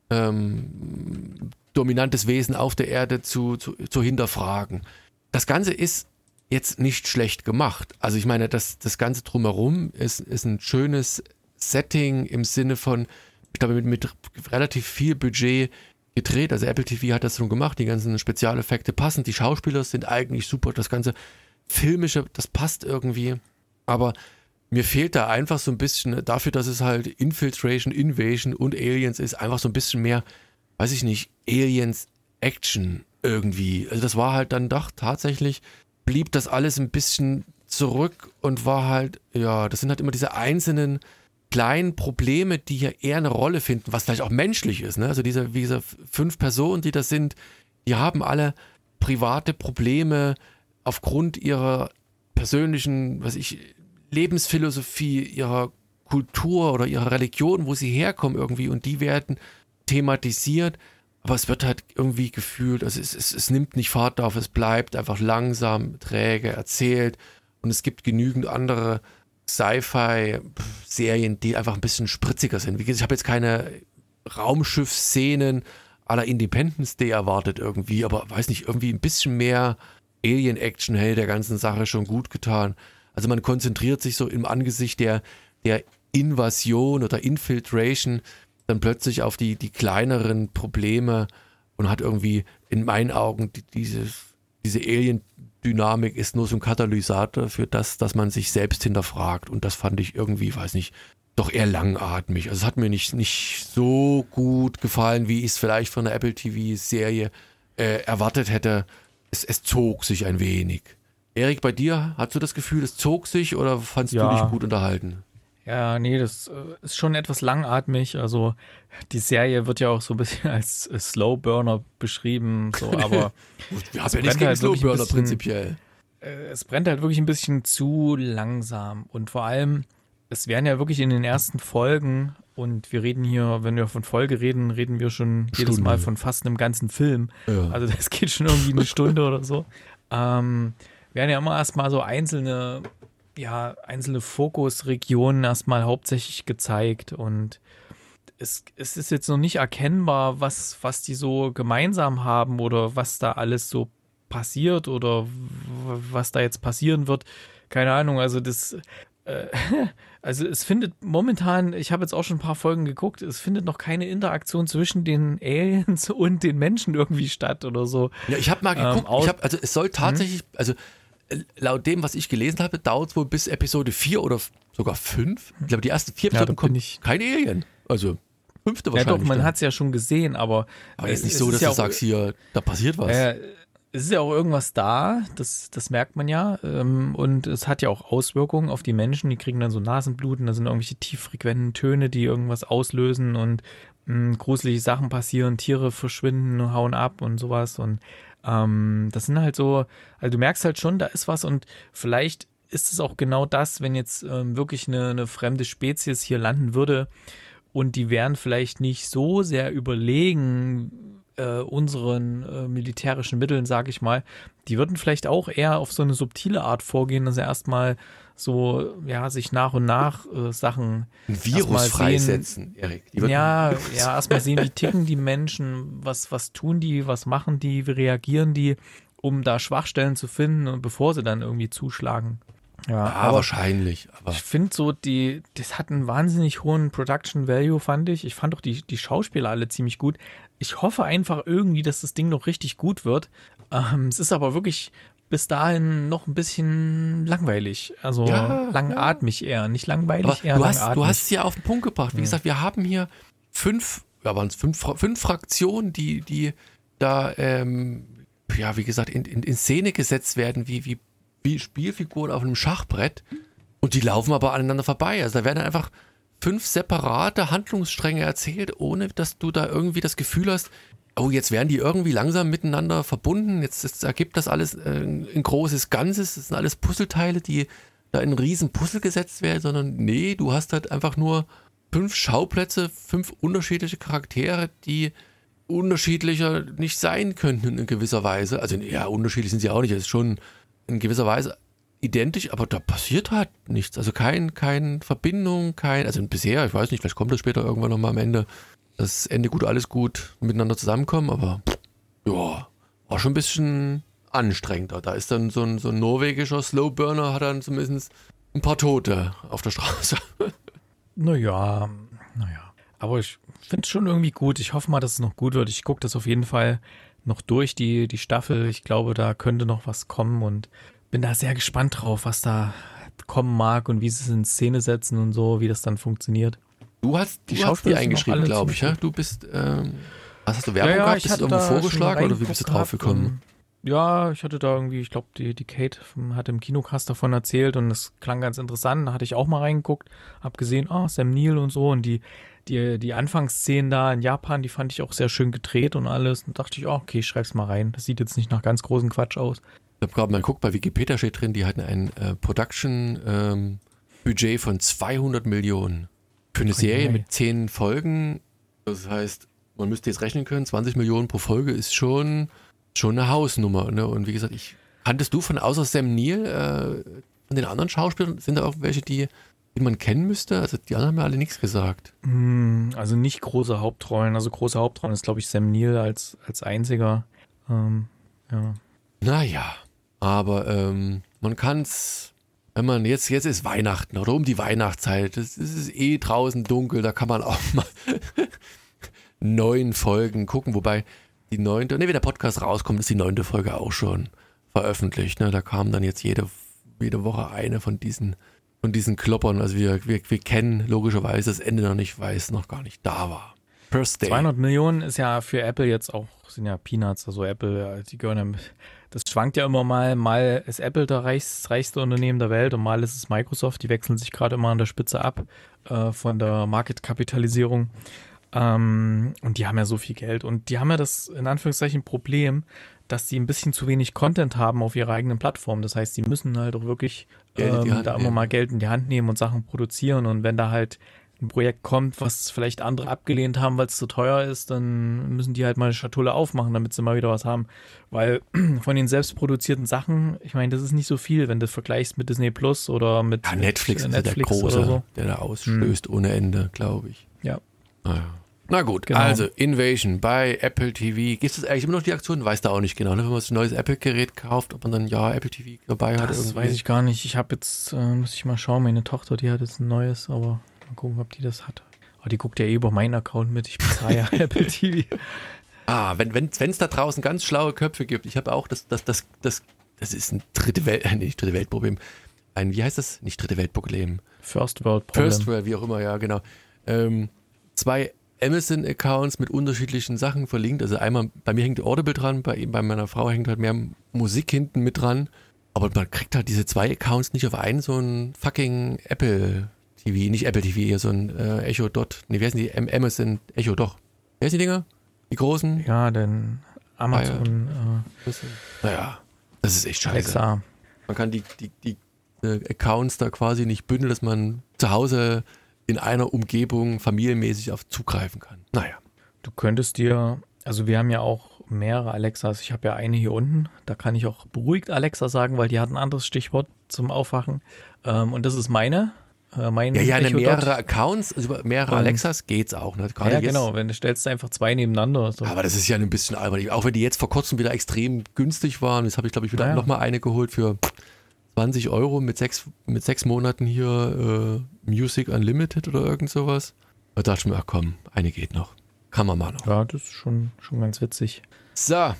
Speaker 1: ähm, dominantes Wesen auf der Erde zu, zu, zu hinterfragen. Das Ganze ist jetzt nicht schlecht gemacht. Also ich meine, das, das Ganze drumherum ist, ist ein schönes Setting im Sinne von, ich glaube, mit, mit relativ viel Budget gedreht. Also Apple T V hat das schon gemacht, die ganzen Spezialeffekte passen, die Schauspieler sind eigentlich super, das ganze Filmische, das passt irgendwie. Aber mir fehlt da einfach so ein bisschen, dafür, dass es halt Infiltration, Invasion und Aliens ist, einfach so ein bisschen mehr, weiß ich nicht, Aliens-Action irgendwie. Also das war halt dann doch tatsächlich, blieb das alles ein bisschen zurück und war halt, ja, das sind halt immer diese einzelnen kleinen Probleme, die hier eher eine Rolle finden, was vielleicht auch menschlich ist. Ne? Also diese, wie diese fünf Personen, die das sind, die haben alle private Probleme aufgrund ihrer persönlichen, was ich, Lebensphilosophie, ihrer Kultur oder ihrer Religion, wo sie herkommen irgendwie, und die werden thematisiert, aber es wird halt irgendwie gefühlt, also es, es, es nimmt nicht Fahrt auf, es bleibt einfach langsam, träge erzählt, und es gibt genügend andere Sci-Fi-Serien, die einfach ein bisschen spritziger sind. Wie gesagt, ich habe jetzt keine Raumschiff-Szenen à la Independence Day erwartet irgendwie, aber weiß nicht, irgendwie ein bisschen mehr Alien-Action hätte der ganzen Sache schon gut getan. Also man konzentriert sich so im Angesicht der, der Invasion oder Infiltration dann plötzlich auf die, die kleineren Probleme und hat irgendwie in meinen Augen die, dieses, diese Alien-Dynamik ist nur so ein Katalysator für das, dass man sich selbst hinterfragt, und das fand ich irgendwie, weiß nicht, doch eher langatmig. Also es hat mir nicht, nicht so gut gefallen, wie ich es vielleicht von der Apple T V-Serie äh, erwartet hätte. Es, es zog sich ein wenig. Erik, bei dir, hast du das Gefühl, es zog sich, oder fandst
Speaker 2: Ja.
Speaker 1: du dich gut unterhalten?
Speaker 2: Ja, nee, das äh, ist schon etwas langatmig. Also die Serie wird ja auch so ein bisschen als äh, Slowburner beschrieben, so, aber
Speaker 1: Wir
Speaker 2: es
Speaker 1: haben ja nichts
Speaker 2: brennt
Speaker 1: gegen
Speaker 2: halt wirklich ein
Speaker 1: Slowburner
Speaker 2: bisschen-
Speaker 1: prinzipiell.
Speaker 2: äh, es brennt halt wirklich ein bisschen zu langsam. Und vor allem, es werden ja wirklich in den ersten Folgen, und wir reden hier, wenn wir von Folge reden, reden wir schon jedes
Speaker 1: Stunde.
Speaker 2: Mal von fast einem ganzen Film.
Speaker 1: Ja.
Speaker 2: Also das geht schon irgendwie eine Stunde oder so. Ähm, werden ja immer erstmal so einzelne, ja, einzelne Fokusregionen erstmal hauptsächlich gezeigt, und es, es ist jetzt noch nicht erkennbar, was, was die so gemeinsam haben oder was da alles so passiert oder w- was da jetzt passieren wird. Keine Ahnung, also das, äh, also es findet momentan, ich habe jetzt auch schon ein paar Folgen geguckt, es findet noch keine Interaktion zwischen den Aliens und den Menschen irgendwie statt oder so.
Speaker 1: Ja, ich habe mal
Speaker 2: Ähm,
Speaker 1: geguckt,
Speaker 2: aus-
Speaker 1: ich hab, also es soll tatsächlich, also äh, laut dem, was ich gelesen habe, dauert es wohl bis Episode vier oder f- sogar fünf. Ich glaube, die ersten vier
Speaker 2: Ja, da
Speaker 1: Episoden
Speaker 2: bin
Speaker 1: kommen
Speaker 2: ich-
Speaker 1: kein Alien. Also fünfte
Speaker 2: Ja
Speaker 1: wahrscheinlich.
Speaker 2: doch, man
Speaker 1: dann.
Speaker 2: hat es ja schon gesehen, aber
Speaker 1: Aber jetzt
Speaker 2: es-
Speaker 1: nicht
Speaker 2: es
Speaker 1: so,
Speaker 2: ist
Speaker 1: dass
Speaker 2: ja
Speaker 1: du
Speaker 2: auch-
Speaker 1: sagst, hier, da passiert was.
Speaker 2: Äh, es ist ja auch irgendwas da, das, das merkt man ja. Ähm, und es hat ja auch Auswirkungen auf die Menschen. Die kriegen dann so Nasenbluten, da sind irgendwelche tieffrequenten Töne, die irgendwas auslösen, und mh, gruselige Sachen passieren, Tiere verschwinden, hauen ab und sowas. Und ähm, das sind halt so, also du merkst halt schon, da ist was, und vielleicht ist es auch genau das, wenn jetzt ähm, wirklich eine, eine fremde Spezies hier landen würde, und die wären vielleicht nicht so sehr überlegen äh, unseren äh, militärischen Mitteln, sage ich mal. Die würden vielleicht auch eher auf so eine subtile Art vorgehen, dass sie erstmal so, ja, sich nach und nach äh, Sachen
Speaker 1: Ein Virus
Speaker 2: erstmal sehen.
Speaker 1: freisetzen, Erik. Die wird-
Speaker 2: Ja, ja, erstmal sehen, wie ticken die Menschen, was, was tun die, was machen die, wie reagieren die, um da Schwachstellen zu finden, und bevor sie dann irgendwie zuschlagen. Ja,
Speaker 1: Ah,
Speaker 2: aber
Speaker 1: wahrscheinlich. Aber
Speaker 2: ich finde so, die, das hat einen wahnsinnig hohen Production Value, fand ich. Ich fand auch die, die Schauspieler alle ziemlich gut. Ich hoffe einfach irgendwie, dass das Ding noch richtig gut wird. Ähm, es ist aber wirklich bis dahin noch ein bisschen langweilig. Also
Speaker 1: Ja,
Speaker 2: langatmig eher. Nicht langweilig,
Speaker 1: Aber
Speaker 2: eher
Speaker 1: du hast,
Speaker 2: langatmig.
Speaker 1: du hast es ja auf den Punkt gebracht. Wie gesagt, wir haben hier fünf, ja, waren es fünf, Fra- fünf Fraktionen, die, die da, ähm, ja, wie gesagt, in, in, in Szene gesetzt werden, wie, wie, wie Spielfiguren auf einem Schachbrett. Und die laufen aber aneinander vorbei. Also da werden einfach fünf separate Handlungsstränge erzählt, ohne dass du da irgendwie das Gefühl hast, oh, jetzt werden die irgendwie langsam miteinander verbunden. Jetzt, jetzt ergibt das alles äh, ein großes Ganzes. Das sind alles Puzzleteile, die da in einen riesen Puzzle gesetzt werden, sondern nee, du hast halt einfach nur fünf Schauplätze, fünf unterschiedliche Charaktere, die unterschiedlicher nicht sein könnten in gewisser Weise. Also ja, unterschiedlich sind sie auch nicht. Es ist schon in gewisser Weise identisch, aber da passiert halt nichts. Also kein, kein Verbindung, kein, also bisher, ich weiß nicht, vielleicht kommt das später irgendwann nochmal am Ende, das Ende gut, alles gut miteinander zusammenkommen, aber ja, war schon ein bisschen anstrengender. Da ist dann so ein, so ein norwegischer Slowburner, hat dann zumindest ein paar Tote auf der Straße.
Speaker 2: Naja, naja. Aber ich finde es schon irgendwie gut. Ich hoffe mal, dass es noch gut wird. Ich gucke das auf jeden Fall noch durch, die, die Staffel. Ich glaube, da könnte noch was kommen und bin da sehr gespannt drauf, was da kommen mag und wie sie es in Szene setzen und so, wie das dann funktioniert.
Speaker 1: Du hast die
Speaker 2: Du hast
Speaker 1: Schauspieler
Speaker 2: das noch
Speaker 1: eingeschrieben,
Speaker 2: alle
Speaker 1: glaube ich, ja?
Speaker 2: ziemlich
Speaker 1: Du bist, ähm, was hast du Werbung
Speaker 2: Ja, ja,
Speaker 1: gehabt?
Speaker 2: ich
Speaker 1: Bist du
Speaker 2: hatte
Speaker 1: irgendwo
Speaker 2: da
Speaker 1: vorgeschlagen
Speaker 2: schon
Speaker 1: oder wie bist du drauf
Speaker 2: reingeguckt
Speaker 1: gekommen?
Speaker 2: gehabt und- Ja, ich hatte da irgendwie, ich glaube, die, die Kate hat im Kinocast davon erzählt und es klang ganz interessant. Da hatte ich auch mal reingeguckt, hab gesehen, ah, Sam Neill und so und die, die, die Anfangsszenen da in Japan, die fand ich auch sehr schön gedreht und alles. Und dachte ich, oh, okay, ich schreib's mal rein. Das sieht jetzt nicht nach ganz großen Quatsch aus.
Speaker 1: Ich habe gerade mal geguckt, bei Wikipedia steht drin, die hatten ein äh, Production-Budget ähm, von zweihundert Millionen. Für eine Serie
Speaker 2: Okay.
Speaker 1: mit zehn Folgen, das heißt, man müsste jetzt rechnen können, zwanzig Millionen pro Folge ist schon, schon eine Hausnummer. Ne? Und wie gesagt, ich kanntest du von außer Sam Neill, äh, von den anderen Schauspielern, sind da auch welche, die, die man kennen müsste? Also die anderen haben mir alle nichts gesagt.
Speaker 2: Hm, also nicht große Hauptrollen. Also große Hauptrollen ist, glaube ich, Sam Neill als, als einziger. Ähm, ja.
Speaker 1: Naja, aber ähm, man kann es, wenn man jetzt, jetzt ist Weihnachten oder um die Weihnachtszeit, es es ist eh draußen dunkel, da kann man auch mal neun Folgen gucken, wobei die neunte, ne, wenn der Podcast rauskommt, ist die neunte Folge auch schon veröffentlicht. Ne? Da kam dann jetzt jede, jede Woche eine von diesen, von diesen Kloppern. Also wir, wir, wir kennen logischerweise das Ende noch nicht, weil es noch gar nicht da war. First Day.
Speaker 2: zweihundert Millionen ist ja für Apple jetzt auch, sind ja Peanuts, also Apple, die gehören ja mit, das schwankt ja immer mal, mal ist Apple das reichs, reichste Unternehmen der Welt und mal ist es Microsoft, die wechseln sich gerade immer an der Spitze ab äh, von der Marketkapitalisierung ähm, und die haben ja so viel Geld und die haben ja das, in Anführungszeichen, Problem, dass die ein bisschen zu wenig Content haben auf ihrer eigenen Plattform, das heißt, die müssen halt auch wirklich
Speaker 1: Geld in die
Speaker 2: ähm,
Speaker 1: Hand
Speaker 2: da immer
Speaker 1: nehmen.
Speaker 2: mal Geld in die Hand nehmen und Sachen produzieren und wenn da halt ein Projekt kommt, was vielleicht andere abgelehnt haben, weil es zu teuer ist, dann müssen die halt mal eine Schatulle aufmachen, damit sie mal wieder was haben. Weil von den selbstproduzierten Sachen, ich meine, das ist nicht so viel, wenn du vergleichst mit Disney Plus oder mit
Speaker 1: Ja, Netflix,
Speaker 2: äh,
Speaker 1: ist ja der
Speaker 2: Netflix
Speaker 1: Große,
Speaker 2: oder so.
Speaker 1: der da ausstößt ohne Ende, glaube ich.
Speaker 2: Ja.
Speaker 1: Naja. Na gut,
Speaker 2: Genau.
Speaker 1: also Invasion bei Apple T V. Gibt es eigentlich immer noch die Aktion? Weißt du auch nicht genau, ne? Wenn man so ein neues Apple-Gerät kauft, ob man dann ja Apple T V dabei hat.
Speaker 2: Das
Speaker 1: irgendwie.
Speaker 2: weiß ich gar nicht. Ich habe jetzt, äh, muss ich mal schauen, meine Tochter, die hat jetzt ein neues, aber mal gucken, ob die das hat. Aber die guckt ja eh über meinen Account mit. Ich bezahle ja Apple T V.
Speaker 1: Ah, wenn wenn wenn es da draußen ganz schlaue Köpfe gibt. Ich habe auch das das das das das ist ein dritte Welt, äh, nicht dritte Weltproblem. Ein wie heißt das? Nicht dritte Weltproblem.
Speaker 2: First World Problem.
Speaker 1: First World, wie auch immer, ja genau. Ähm, zwei Amazon-Accounts mit unterschiedlichen Sachen verlinkt. Also einmal bei mir hängt Audible dran, bei bei meiner Frau hängt halt mehr Musik hinten mit dran. Aber man kriegt halt diese zwei Accounts nicht auf einen so ein fucking Apple T V, nicht Apple T V, eher so ein äh, Echo Dot. Ne, wie heißen die? Am- Amazon Echo, doch. Wer ist die Dinger? Die großen?
Speaker 2: Ja, denn Amazon,
Speaker 1: Naja, das ist echt
Speaker 2: äh,
Speaker 1: scheiße.
Speaker 2: Alexa.
Speaker 1: Man kann die, die, die äh, Accounts da quasi nicht bündeln, dass man zu Hause in einer Umgebung familienmäßig auf zugreifen kann. Naja.
Speaker 2: Du könntest dir, also wir haben ja auch mehrere Alexas. Ich habe ja eine hier unten. Da kann ich auch beruhigt Alexa sagen, weil die hat ein anderes Stichwort zum Aufwachen. Ähm, und das ist meine. Äh, mein
Speaker 1: Ja, ja, eine
Speaker 2: Echo Dot.
Speaker 1: mehrere Accounts, also über mehrere
Speaker 2: Und-
Speaker 1: Alexas geht's auch. Ne? Gerade
Speaker 2: Ja,
Speaker 1: jetzt,
Speaker 2: genau. Wenn du stellst einfach zwei nebeneinander. So.
Speaker 1: Aber das ist ja ein bisschen albern. Auch wenn die jetzt vor kurzem wieder extrem günstig waren. Jetzt habe ich, glaube ich, wieder
Speaker 2: Naja.
Speaker 1: nochmal eine geholt für zwanzig Euro mit sechs, mit sechs Monaten hier äh, Music Unlimited oder irgend sowas. Da dachte ich mir, ach komm, eine geht noch. Kann man mal noch.
Speaker 2: Ja, das ist schon, schon ganz witzig.
Speaker 1: So,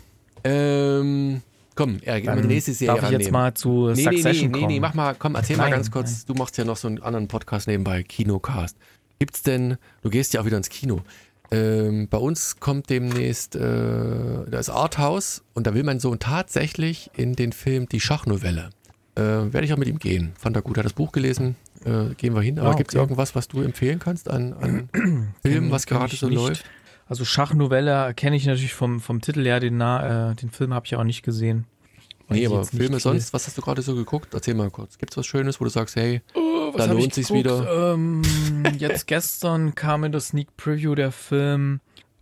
Speaker 1: ähm, komm, ja,
Speaker 2: Dann
Speaker 1: die nächste Serie
Speaker 2: darf ich jetzt
Speaker 1: rannehmen.
Speaker 2: mal zu
Speaker 1: Nee, nee, nee,
Speaker 2: Succession
Speaker 1: nee,
Speaker 2: kommen.
Speaker 1: nee, mach mal, komm, erzähl mal
Speaker 2: Nein,
Speaker 1: ganz kurz. Du machst ja noch so einen anderen Podcast nebenbei, Kinocast. Gibt's denn, du gehst ja auch wieder ins Kino. Ähm, bei uns kommt demnächst äh, das Arthouse und da will mein Sohn tatsächlich in den Film Die Schachnovelle. Äh, werde ich auch mit ihm gehen. Fand er gut, hat das Buch gelesen. Äh, gehen wir hin. Aber
Speaker 2: Ah,
Speaker 1: gibt's
Speaker 2: okay.
Speaker 1: irgendwas, was du empfehlen kannst an, an Filmen, was
Speaker 2: Kenn
Speaker 1: gerade
Speaker 2: ich
Speaker 1: so
Speaker 2: nicht.
Speaker 1: läuft?
Speaker 2: Also Schachnovelle kenne ich natürlich vom, vom Titel her, den, Na- äh, den Film habe ich auch nicht gesehen. Weiß
Speaker 1: Nee,
Speaker 2: ich
Speaker 1: aber
Speaker 2: jetzt nicht
Speaker 1: Filme
Speaker 2: viel.
Speaker 1: sonst, was hast du gerade so geguckt? Erzähl mal kurz. Gibt's was Schönes, wo du sagst, hey,
Speaker 2: Oh, was
Speaker 1: Da
Speaker 2: hab
Speaker 1: lohnt
Speaker 2: ich
Speaker 1: sich's
Speaker 2: geguckt?
Speaker 1: wieder.
Speaker 2: Ähm, jetzt gestern kam in der Sneak Preview der Film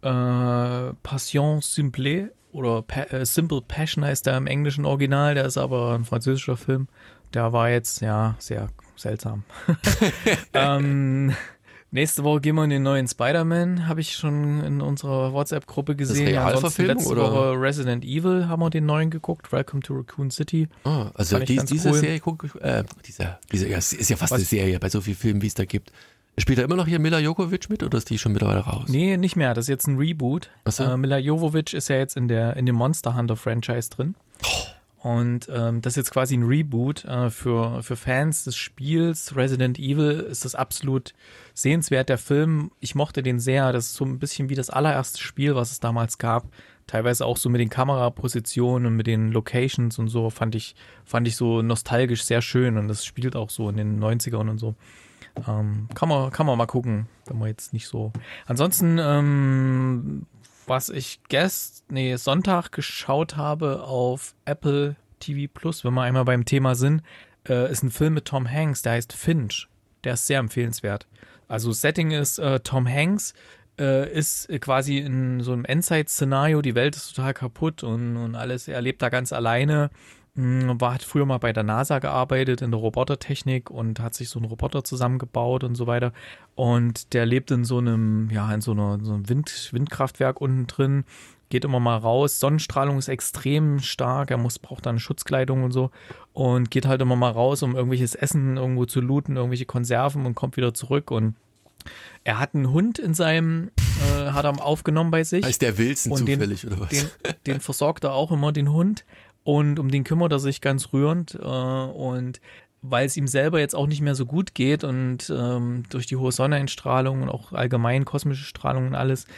Speaker 2: äh, Passion Simple oder pa äh, Simple Passion heißt der im englischen Original, der ist aber ein französischer Film. Der war jetzt, ja, sehr seltsam. ähm, Nächste Woche gehen wir in den neuen Spider-Man, habe ich schon in unserer WhatsApp-Gruppe gesehen.
Speaker 1: Das Realverfilmung,
Speaker 2: letzte
Speaker 1: oder?
Speaker 2: Woche Resident Evil haben wir den neuen geguckt, Welcome to Raccoon City.
Speaker 1: Ah, also die, diese cool. Serie gucke ich, äh, diese, diese, ja, ist ja fast Was? eine Serie bei so vielen Filmen, wie es da gibt. Spielt da immer noch hier Mila Jovovich mit oder ist die schon mittlerweile raus?
Speaker 2: Nee, nicht mehr. Das ist jetzt ein Reboot.
Speaker 1: So.
Speaker 2: Äh, Mila Jovovich ist ja jetzt in der in dem Monster Hunter Franchise drin. Oh. Und ähm, das ist jetzt quasi ein Reboot äh, für, für Fans des Spiels. Resident Evil ist das absolut sehenswert, der Film. Ich mochte den sehr. Das ist so ein bisschen wie das allererste Spiel, was es damals gab. Teilweise auch so mit den Kamerapositionen und mit den Locations und so fand ich, fand ich so nostalgisch sehr schön. Und das spielt auch so in den neunzigern und so. Ähm, kann man, kann man mal gucken, wenn man jetzt nicht so. Ansonsten, ähm, was ich gest, nee, Sonntag geschaut habe auf Apple T V Plus, wenn wir einmal beim Thema sind, äh, ist ein Film mit Tom Hanks, der heißt Finch. Der ist sehr empfehlenswert. Also Setting ist, äh, Tom Hanks äh, ist quasi in so einem Endzeit-Szenario, die Welt ist total kaputt und, und alles, er lebt da ganz alleine. War, hat früher mal bei der NASA gearbeitet in der Robotertechnik und hat sich so einen Roboter zusammengebaut und so weiter. Und der lebt in so einem, ja, in so, einer, so einem Wind, Windkraftwerk unten drin, geht immer mal raus. Sonnenstrahlung ist extrem stark, er muss, braucht dann Schutzkleidung und so und geht halt immer mal raus, um irgendwelches Essen irgendwo zu looten, irgendwelche Konserven und kommt wieder zurück. Und er hat einen Hund in seinem, äh, hat er aufgenommen bei sich.
Speaker 1: Heißt der Wilson
Speaker 2: und
Speaker 1: zufällig
Speaker 2: den,
Speaker 1: oder was?
Speaker 2: Den, den versorgt er auch immer, den Hund. Und um den kümmert er sich ganz rührend. Äh, und weil es ihm selber jetzt auch nicht mehr so gut geht und ähm, durch die hohe Sonneneinstrahlung und auch allgemein kosmische Strahlung und alles,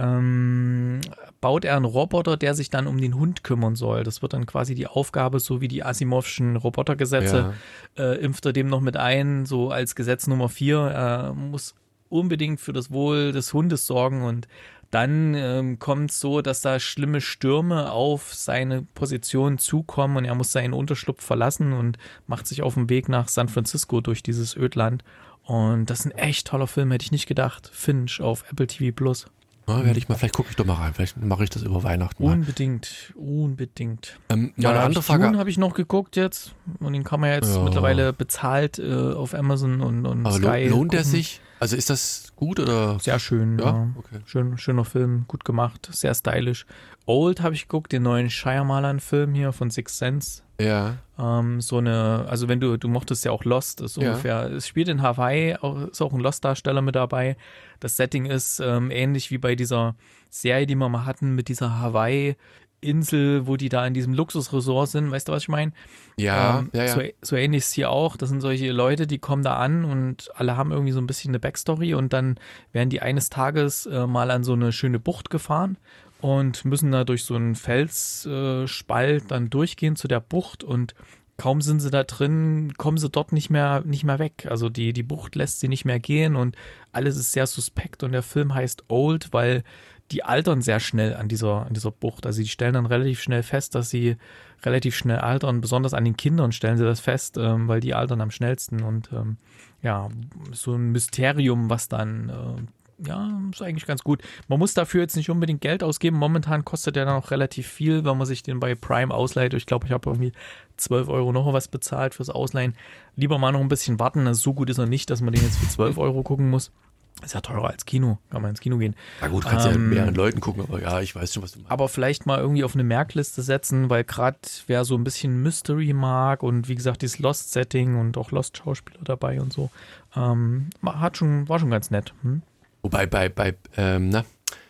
Speaker 2: ähm, baut er einen Roboter, der sich dann um den Hund kümmern soll. Das wird dann quasi die Aufgabe, so wie die Asimovschen Robotergesetze, ja. äh, impft er dem noch mit ein, so als Gesetz Nummer vier. Er muss unbedingt für das Wohl des Hundes sorgen und dann ähm, kommt es so, dass da schlimme Stürme auf seine Position zukommen und er muss seinen Unterschlupf verlassen und macht sich auf den Weg nach San Francisco durch dieses Ödland. Und das ist ein echt toller Film, hätte ich nicht gedacht. Finch auf Apple T V Plus.
Speaker 1: Ja, werde ich mal, vielleicht gucke ich doch mal rein, vielleicht mache ich das über Weihnachten mal.
Speaker 2: Unbedingt, unbedingt.
Speaker 1: Ähm,
Speaker 2: ja,
Speaker 1: eine andere Frage.
Speaker 2: Dune habe ich noch geguckt jetzt und den kann man ja jetzt
Speaker 1: ja.
Speaker 2: mittlerweile bezahlt äh, auf Amazon und, und
Speaker 1: Aber
Speaker 2: Sky.
Speaker 1: lohnt
Speaker 2: gucken.
Speaker 1: der sich? Also ist das gut oder?
Speaker 2: Sehr schön, ja.
Speaker 1: ja? Okay.
Speaker 2: Schön, schöner Film, gut gemacht, sehr stylisch. Old habe ich geguckt, den neuen Shyamalan-Film hier von Sixth Sense.
Speaker 1: Ja.
Speaker 2: Ähm, so eine, also wenn du, du mochtest ja auch Lost, ist
Speaker 1: ja.
Speaker 2: ungefähr, es spielt in Hawaii, auch, ist auch ein Lost-Darsteller mit dabei. Das Setting ist ähm, ähnlich wie bei dieser Serie, die wir mal hatten, mit dieser Hawaii-Insel, wo die da in diesem Luxusresort sind, weißt du, was ich meine?
Speaker 1: Ja,
Speaker 2: ähm,
Speaker 1: ja, ja.
Speaker 2: So, so ähnlich ist hier auch. Das sind solche Leute, die kommen da an und alle haben irgendwie so ein bisschen eine Backstory und dann werden die eines Tages äh, mal an so eine schöne Bucht gefahren und müssen da durch so einen Felsspalt äh, dann durchgehen zu der Bucht und kaum sind sie da drin, kommen sie dort nicht mehr, nicht mehr weg. Also die, die Bucht lässt sie nicht mehr gehen und alles ist sehr suspekt und der Film heißt Old, weil die altern sehr schnell an dieser, an dieser Bucht. Also die stellen dann relativ schnell fest, dass sie relativ schnell altern. Besonders an den Kindern stellen sie das fest, ähm, weil die altern am schnellsten. Und ähm, ja, so ein Mysterium, was dann, äh, ja, ist eigentlich ganz gut. Man muss dafür jetzt nicht unbedingt Geld ausgeben. Momentan kostet der dann auch relativ viel, wenn man sich den bei Prime ausleiht. Ich glaube, ich habe irgendwie zwölf Euro noch was bezahlt fürs Ausleihen. Lieber mal noch ein bisschen warten. Also so gut ist er nicht, dass man den jetzt für zwölf Euro gucken muss. Ist ja teurer als Kino, kann man ins Kino gehen.
Speaker 1: Na gut, kannst ähm, ja mit mehreren Leuten gucken, aber ja, ich weiß schon, was du meinst.
Speaker 2: Aber vielleicht mal irgendwie auf eine Merkliste setzen, weil gerade wer so ein bisschen Mystery mag und wie gesagt, dieses Lost-Setting und auch Lost-Schauspieler dabei und so, ähm, hat schon, war schon ganz nett. Hm?
Speaker 1: Wobei bei, bei ähm, na,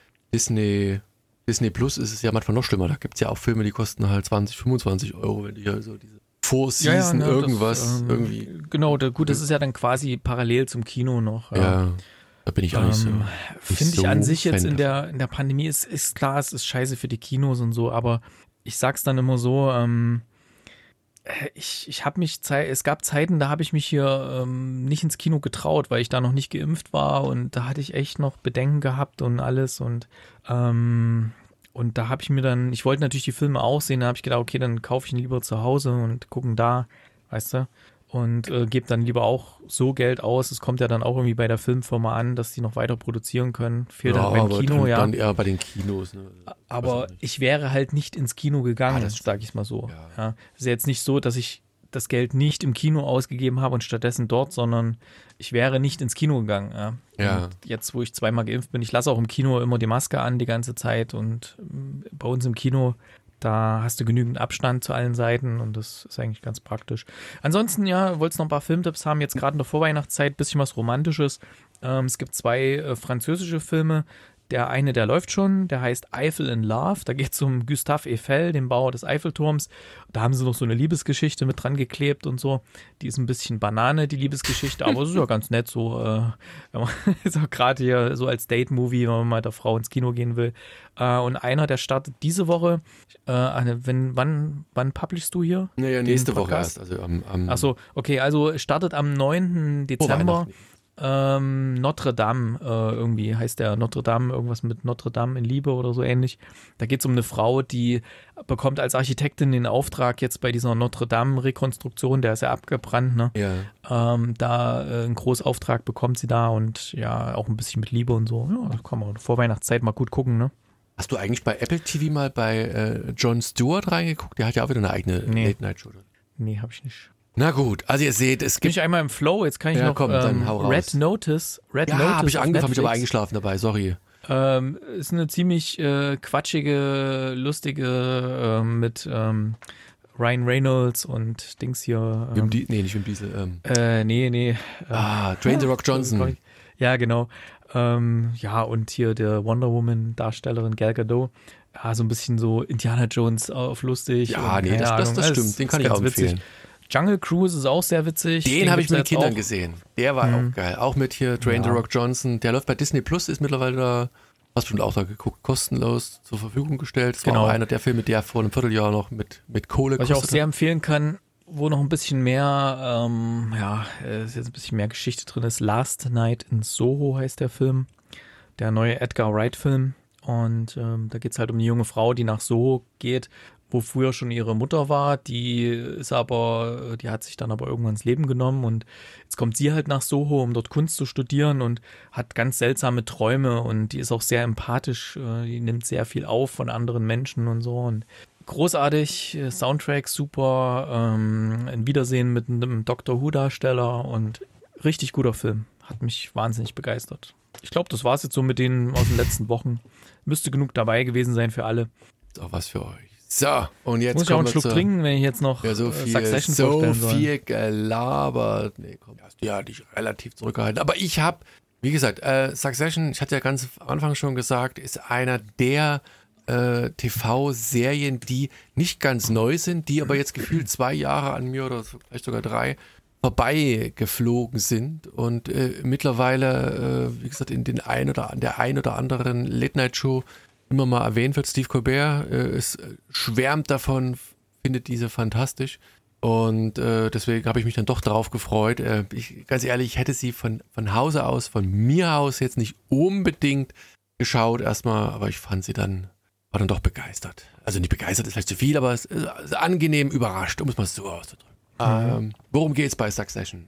Speaker 1: Disney, Disney Plus ist es ja manchmal noch schlimmer. Da gibt es ja auch Filme, die kosten halt zwanzig, fünfundzwanzig Euro, wenn du hier so diese Four-Season
Speaker 2: ja, ja, ne,
Speaker 1: irgendwas
Speaker 2: das, ähm,
Speaker 1: irgendwie.
Speaker 2: Genau, da, gut, das ist ja dann quasi parallel zum Kino noch.
Speaker 1: Ja. ja. Da bin ich auch nicht so.
Speaker 2: Ähm, Finde
Speaker 1: so
Speaker 2: ich an sich jetzt
Speaker 1: Fan
Speaker 2: in der, in der Pandemie, ist, ist klar, es ist scheiße für die Kinos und so, aber ich sag's dann immer so, ähm, ich, ich habe mich, Zeit, es gab Zeiten, da habe ich mich hier ähm, nicht ins Kino getraut, weil ich da noch nicht geimpft war und da hatte ich echt noch Bedenken gehabt und alles und ähm, und da habe ich mir dann, ich wollte natürlich die Filme auch sehen, da habe ich gedacht, okay, dann kaufe ich ihn lieber zu Hause und gucken da, weißt du, und äh, gebe dann lieber auch so Geld aus. Es kommt ja dann auch irgendwie bei der Filmfirma an, dass die noch weiter produzieren können. Fehlt
Speaker 1: ja,
Speaker 2: dann beim
Speaker 1: aber
Speaker 2: Kino,
Speaker 1: dann,
Speaker 2: ja.
Speaker 1: Dann eher bei den Kinos. Ne?
Speaker 2: Aber ich wäre halt nicht ins Kino gegangen,
Speaker 1: ah,
Speaker 2: sage ich mal so.
Speaker 1: Ja.
Speaker 2: Ja. Es ist jetzt nicht so, dass ich das Geld nicht im Kino ausgegeben habe und stattdessen dort, sondern ich wäre nicht ins Kino gegangen. Ja.
Speaker 1: Ja.
Speaker 2: Und jetzt, wo ich zweimal geimpft bin, ich lasse auch im Kino immer die Maske an die ganze Zeit und ähm, bei uns im Kino, da hast du genügend Abstand zu allen Seiten und das ist eigentlich ganz praktisch. Ansonsten, ja, wolltest noch ein paar Filmtipps haben, jetzt gerade in der Vorweihnachtszeit, ein bisschen was Romantisches. Ähm, es gibt zwei äh, französische Filme. Der eine, der läuft schon, der heißt Eiffel in Love. Da geht es um Gustave Eiffel, den Bauer des Eiffelturms. Da haben sie noch so eine Liebesgeschichte mit dran geklebt und so. Die ist ein bisschen Banane, die Liebesgeschichte, aber es ist ja ganz nett so. Äh, ist auch gerade hier so als Date-Movie, wenn man mal mit der Frau ins Kino gehen will. Äh, und einer, der startet diese Woche. Äh, wenn, wann, wann publishst du hier?
Speaker 1: Naja, nächste Woche erst. Also am, am
Speaker 2: Achso, okay, also startet am neunten Dezember. Ähm, Notre Dame, äh, irgendwie heißt der Notre Dame, irgendwas mit Notre Dame in Liebe oder so ähnlich. Da geht es um eine Frau, die bekommt als Architektin den Auftrag jetzt bei dieser Notre Dame-Rekonstruktion, der ist ja abgebrannt, ne?
Speaker 1: Ja.
Speaker 2: Ähm, da äh, einen Großauftrag bekommt sie da und ja, auch ein bisschen mit Liebe und so. Ja, da kann man vor Weihnachtszeit mal gut gucken, ne?
Speaker 1: Hast du eigentlich bei Apple T V mal bei äh, Jon Stewart reingeguckt? Der hat ja auch wieder eine eigene
Speaker 2: Nee.
Speaker 1: Late-Night-Show.
Speaker 2: Nee, hab ich nicht.
Speaker 1: Na gut, also ihr seht, es
Speaker 2: Bin
Speaker 1: gibt...
Speaker 2: ich einmal im Flow, jetzt kann ich
Speaker 1: Ja,
Speaker 2: noch
Speaker 1: komm, dann
Speaker 2: ähm,
Speaker 1: hau raus.
Speaker 2: Red Notice. Red
Speaker 1: Ja,
Speaker 2: Notice
Speaker 1: habe ich
Speaker 2: auf
Speaker 1: angefangen, ich aber
Speaker 2: Netflix.
Speaker 1: eingeschlafen dabei, sorry.
Speaker 2: Ähm, ist eine ziemlich äh, quatschige, lustige ähm, mit ähm, Ryan Reynolds und Dings hier.
Speaker 1: Wim
Speaker 2: Ähm,
Speaker 1: Die- nee, nicht Wim Diesel. Ähm,
Speaker 2: äh, nee, nee. Äh,
Speaker 1: ah, Dwayne The Rock Johnson.
Speaker 2: Ja, genau. Ähm, ja, und hier der Wonder Woman-Darstellerin Gal Gadot. Ja, so ein bisschen so Indiana Jones auf lustig.
Speaker 1: Ja,
Speaker 2: und
Speaker 1: nee,
Speaker 2: keine
Speaker 1: das, das,
Speaker 2: Ahnung.
Speaker 1: das
Speaker 2: Es
Speaker 1: stimmt, den
Speaker 2: ist
Speaker 1: kann ich
Speaker 2: ganz
Speaker 1: auch
Speaker 2: witzig.
Speaker 1: empfehlen.
Speaker 2: Jungle Cruise ist auch sehr witzig.
Speaker 1: Den habe ich
Speaker 2: gibt's
Speaker 1: mit den
Speaker 2: jetzt
Speaker 1: Kindern
Speaker 2: auch.
Speaker 1: gesehen. Der war
Speaker 2: Mhm.
Speaker 1: auch geil. Auch mit hier Dwayne The
Speaker 2: Ja.
Speaker 1: Rock Johnson. Der läuft bei Disney Plus, ist mittlerweile da, hast bestimmt auch da geguckt, kostenlos zur Verfügung gestellt. Das war
Speaker 2: Genau.
Speaker 1: auch einer der Filme, der vor einem Vierteljahr noch mit, mit Kohle
Speaker 2: Was ich auch
Speaker 1: kostet.
Speaker 2: sehr empfehlen kann, wo noch ein bisschen mehr, ähm, ja, äh, ist jetzt ein bisschen mehr Geschichte drin ist. Last Night in Soho heißt der Film. Der neue Edgar Wright-Film. Und ähm, da geht es halt um eine junge Frau, die nach Soho geht, wo früher schon ihre Mutter war. Die ist aber, die hat sich dann aber irgendwann ins Leben genommen und jetzt kommt sie halt nach Soho, um dort Kunst zu studieren und hat ganz seltsame Träume und die ist auch sehr empathisch. äh, Die nimmt sehr viel auf von anderen Menschen und so und großartig, äh, Soundtrack super, ähm, ein Wiedersehen mit einem Doctor Who-Darsteller und richtig guter Film. Hat mich wahnsinnig begeistert. Ich glaube, das war es jetzt so mit denen aus den letzten Wochen. Müsste genug dabei gewesen sein für alle.
Speaker 1: Ist auch was für euch. So, und jetzt
Speaker 2: Muss ich auch
Speaker 1: kommen
Speaker 2: einen
Speaker 1: wir
Speaker 2: Schluck
Speaker 1: zur,
Speaker 2: trinken, wenn ich jetzt noch
Speaker 1: ja, so
Speaker 2: äh,
Speaker 1: viel,
Speaker 2: Succession
Speaker 1: so
Speaker 2: vorstellen soll.
Speaker 1: viel gelabert. Nee, komm, hast du ja dich relativ zurückgehalten. Aber ich habe, wie gesagt, äh, Succession, ich hatte ja ganz am Anfang schon gesagt, ist einer der äh, T V-Serien, die nicht ganz neu sind, die aber jetzt gefühlt zwei Jahre an mir oder so, vielleicht sogar drei vorbeigeflogen sind und äh, mittlerweile, äh, wie gesagt, in den ein oder der ein oder anderen Late-Night-Show immer mal erwähnt wird. Steve Colbert äh, ist, äh, schwärmt davon, findet diese fantastisch und äh, deswegen habe ich mich dann doch darauf gefreut. Äh, ich, ganz ehrlich, ich hätte sie von, von Hause aus, von mir aus jetzt nicht unbedingt geschaut erstmal, aber ich fand sie dann, war dann doch begeistert. Also nicht begeistert ist vielleicht zu viel, aber es ist, es ist angenehm überrascht, um es mal so auszudrücken. Mhm. Ähm, worum geht's bei Succession?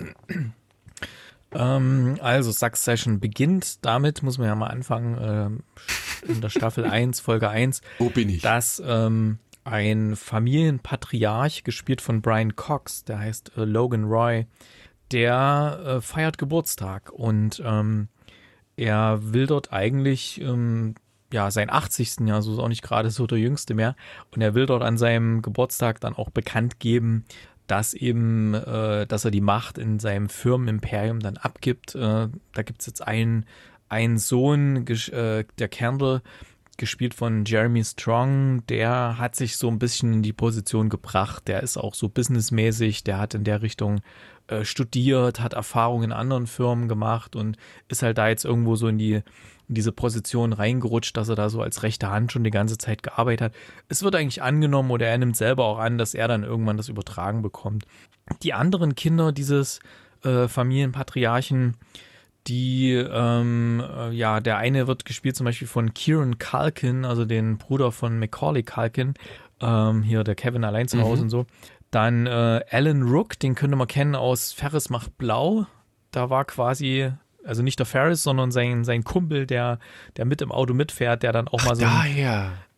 Speaker 2: Ähm, also Succession beginnt damit, muss man ja mal anfangen, ähm, in der Staffel eins, Folge eins,
Speaker 1: Wo bin ich?
Speaker 2: dass ähm, ein Familienpatriarch, gespielt von Brian Cox, der heißt äh, Logan Roy, der äh, feiert Geburtstag und ähm, er will dort eigentlich ähm, ja seinen achtzigsten Jahr, so ist auch nicht gerade so der Jüngste mehr, und er will dort an seinem Geburtstag dann auch bekannt geben, dass eben, äh, dass er die Macht in seinem Firmenimperium dann abgibt. Äh, da gibt es jetzt einen, einen Sohn, gesch- äh, der Kendall, gespielt von Jeremy Strong, der hat sich so ein bisschen in die Position gebracht. Der ist auch so businessmäßig, der hat in der Richtung äh, studiert, hat Erfahrungen in anderen Firmen gemacht und ist halt da jetzt irgendwo so in die in diese Position reingerutscht, dass er da so als rechte Hand schon die ganze Zeit gearbeitet hat. Es wird eigentlich angenommen oder er nimmt selber auch an, dass er dann irgendwann das übertragen bekommt. Die anderen Kinder dieses äh, Familienpatriarchen, die, ähm, äh, ja, der eine wird gespielt zum Beispiel von Kieran Culkin, also den Bruder von Macaulay Culkin, ähm, hier der Kevin allein zu Hause
Speaker 1: Mhm.
Speaker 2: und so. Dann äh, Alan Rook, den könnte man kennen aus Ferris macht blau. Da war quasi, also nicht der Ferris, sondern sein, sein Kumpel, der, der mit im Auto mitfährt, der dann auch mal so ein,
Speaker 1: Daher.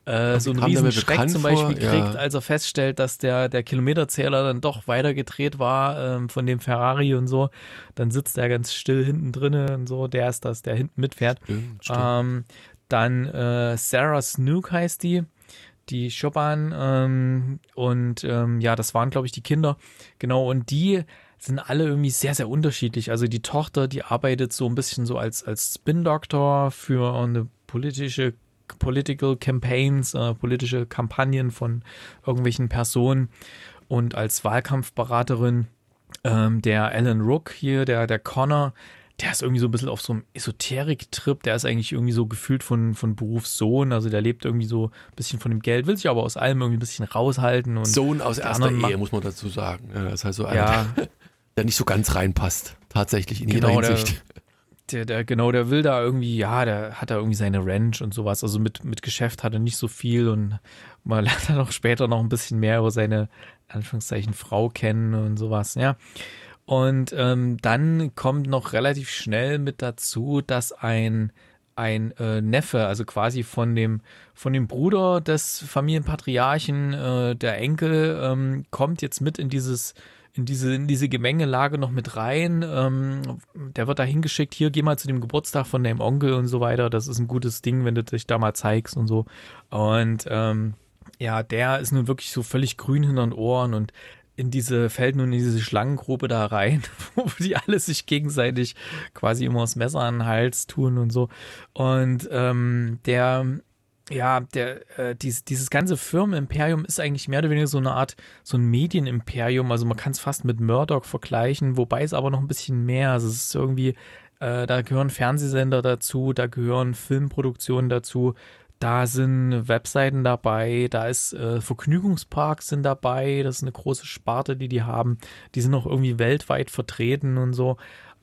Speaker 2: äh, so einen
Speaker 1: kam der
Speaker 2: riesen
Speaker 1: mir
Speaker 2: Schreck
Speaker 1: bekannt
Speaker 2: zum Beispiel
Speaker 1: vor?
Speaker 2: kriegt,
Speaker 1: Ja.
Speaker 2: als er feststellt, dass der, der Kilometerzähler dann doch weitergedreht war ähm, von dem Ferrari und so. Dann sitzt er ganz still hinten drinne und so. Der ist das, der hinten mitfährt.
Speaker 1: Stimmt, stimmt.
Speaker 2: Ähm, dann äh, Sarah Snook heißt die, die Chopin. Ähm, und ähm, ja, das waren, glaube ich, die Kinder. Genau, und die sind alle irgendwie sehr, sehr unterschiedlich. Also die Tochter, die arbeitet so ein bisschen so als, als Spin-Doktor für eine politische Political Campaigns, äh, politische Kampagnen von irgendwelchen Personen und als Wahlkampfberaterin. Ähm, der Alan Rook hier, der, der Connor, der ist irgendwie so ein bisschen auf so einem Esoterik-Trip, der ist eigentlich irgendwie so gefühlt von, von Berufssohn, also der lebt irgendwie so ein bisschen von dem Geld, will sich aber aus allem irgendwie ein bisschen raushalten. Und
Speaker 1: Sohn aus
Speaker 2: der
Speaker 1: erster
Speaker 2: anderen
Speaker 1: Ehe,
Speaker 2: ma-
Speaker 1: muss man dazu sagen. Ja, das ist halt so einer,
Speaker 2: Ja,
Speaker 1: der, der nicht so ganz reinpasst, tatsächlich in
Speaker 2: genau,
Speaker 1: jeder
Speaker 2: der,
Speaker 1: Hinsicht.
Speaker 2: der, der, genau, der will da irgendwie, ja, der hat da irgendwie seine Ranch und sowas, also mit, mit Geschäft hat er nicht so viel und man lernt dann auch später noch ein bisschen mehr über seine, in Anführungszeichen, Frau kennen und sowas, ja. Und ähm, dann kommt noch relativ schnell mit dazu, dass ein, ein äh, Neffe, also quasi von dem, von dem Bruder des Familienpatriarchen, äh, der Enkel, ähm, kommt jetzt mit in dieses, in diese, in diese Gemengelage noch mit rein. Ähm, der wird da hingeschickt, hier, geh mal zu dem Geburtstag von deinem Onkel und so weiter. Das ist ein gutes Ding, wenn du dich da mal zeigst und so. Und ähm, ja, der ist nun wirklich so völlig grün hinter den Ohren und in diese, fällt nun in diese Schlangengrube da rein, wo die alle sich gegenseitig quasi immer das Messer an den Hals tun und so. Und ähm, der, ja, der, äh, dies, dieses ganze Firmenimperium ist eigentlich mehr oder weniger so eine Art, so ein Medienimperium. Also man kann es fast mit Murdoch vergleichen, wobei es aber noch ein bisschen mehr. Also es ist irgendwie, äh, da gehören Fernsehsender dazu, da gehören Filmproduktionen dazu. Da sind Webseiten dabei, da ist äh, Vergnügungsparks sind dabei, das ist eine große Sparte, die die haben. Die sind auch irgendwie weltweit vertreten und so.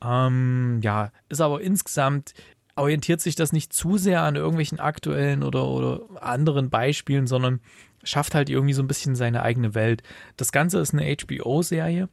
Speaker 2: Ähm, ja, ist aber insgesamt, orientiert sich das nicht zu sehr an irgendwelchen aktuellen oder, oder anderen Beispielen, sondern schafft halt irgendwie so ein bisschen seine eigene Welt. Das Ganze ist eine H B O-Serie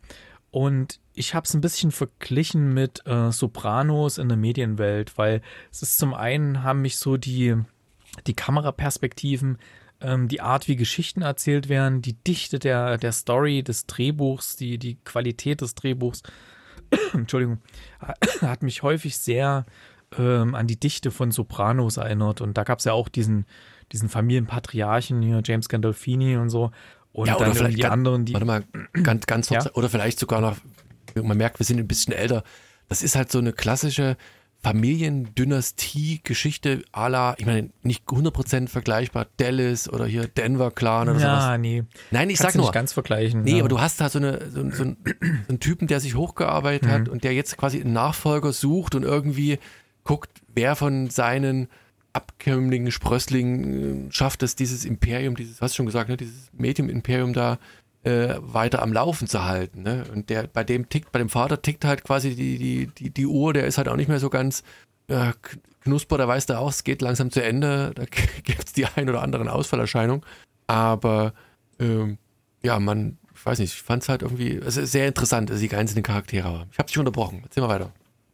Speaker 2: und ich habe es ein bisschen verglichen mit äh, Sopranos in der Medienwelt, weil es ist zum einen, haben mich so die die Kameraperspektiven, ähm, die Art, wie Geschichten erzählt werden, die Dichte der, der Story, des Drehbuchs, die, die Qualität des Drehbuchs, Entschuldigung, hat mich häufig sehr ähm, an die Dichte von Sopranos erinnert. Und da gab es ja auch diesen, diesen Familienpatriarchen hier, James Gandolfini und so. Und
Speaker 1: Ja, oder
Speaker 2: dann
Speaker 1: vielleicht
Speaker 2: die
Speaker 1: ganz-
Speaker 2: anderen, die.
Speaker 1: Warte mal, ganz, ganz kurz,
Speaker 2: Ja?
Speaker 1: oder vielleicht sogar noch, man merkt, wir sind ein bisschen älter. Das ist halt so eine klassische Familiendynastie-Geschichte à la, ich meine, nicht hundert Prozent vergleichbar, Dallas oder hier Denver Clan oder
Speaker 2: Ja,
Speaker 1: sowas.
Speaker 2: nee.
Speaker 1: Nein, ich
Speaker 2: Kannst
Speaker 1: sag
Speaker 2: du
Speaker 1: nur,
Speaker 2: nicht ganz vergleichen.
Speaker 1: nee,
Speaker 2: ja.
Speaker 1: aber du hast da so, eine, so, so, einen, so einen Typen, der sich hochgearbeitet hat und der jetzt quasi einen Nachfolger sucht und irgendwie guckt, wer von seinen Abkömmlingen, Sprösslingen äh, schafft es, dieses Imperium, dieses, hast du schon gesagt, ne, dieses Medium-Imperium da äh, weiter am Laufen zu halten. Ne? Und der, bei dem tickt, bei dem Vater tickt halt quasi die, die, die, die Uhr, der ist halt auch nicht mehr so ganz äh, knusper, der weiß da auch, es geht langsam zu Ende, da gibt es die ein oder anderen Ausfallerscheinungen. Aber ähm, ja, man, ich weiß nicht, ich fand es halt irgendwie, es ist sehr interessant, also die einzelnen Charaktere. Aber ich habe dich unterbrochen, erzähl mal weiter.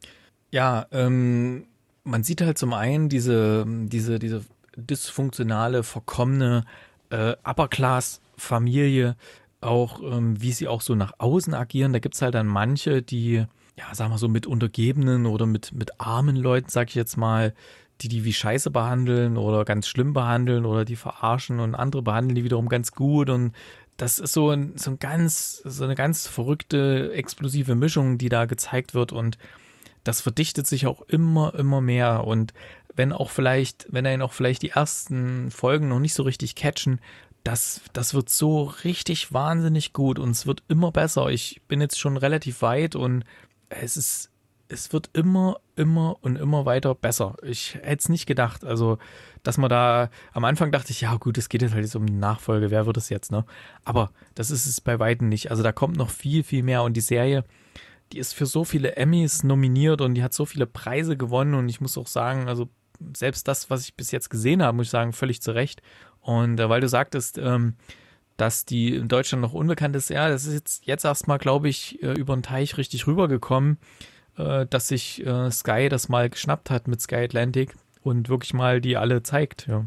Speaker 2: Ja, ähm, man sieht halt zum einen diese, diese, diese dysfunktionale, verkommene äh, Upper-Class-Familie, auch ähm, wie sie auch so nach außen agieren. Da gibt es halt dann manche, die, ja, sagen wir so, mit Untergebenen oder mit, mit armen Leuten, sag ich jetzt mal, die die wie Scheiße behandeln oder ganz schlimm behandeln oder die verarschen und andere behandeln die wiederum ganz gut und das ist so ein, so ein ganz, so eine ganz verrückte, explosive Mischung, die da gezeigt wird und das verdichtet sich auch immer, immer mehr. Und wenn auch vielleicht, wenn einen auch vielleicht die ersten Folgen noch nicht so richtig catchen, das, das wird so richtig wahnsinnig gut und es wird immer besser. Ich bin jetzt schon relativ weit und es ist, es wird immer, immer und immer weiter besser. Ich hätte es nicht gedacht. Also, dass man da, am Anfang dachte ich, ja gut, es geht jetzt halt jetzt um die Nachfolge, wer wird es jetzt, ne? Aber das ist es bei weitem nicht. Also da kommt noch viel, viel mehr und die Serie, die ist für so viele Emmys nominiert und die hat so viele Preise gewonnen und ich muss auch sagen, also selbst das, was ich bis jetzt gesehen habe, muss ich sagen, völlig zu Recht. Und äh, weil du sagtest, ähm, dass die in Deutschland noch unbekannt ist, ja, das ist jetzt, jetzt erstmal, glaube ich, äh, über den Teich richtig rübergekommen, äh, dass sich äh, Sky das mal geschnappt hat mit Sky Atlantic und wirklich mal die alle zeigt, ja.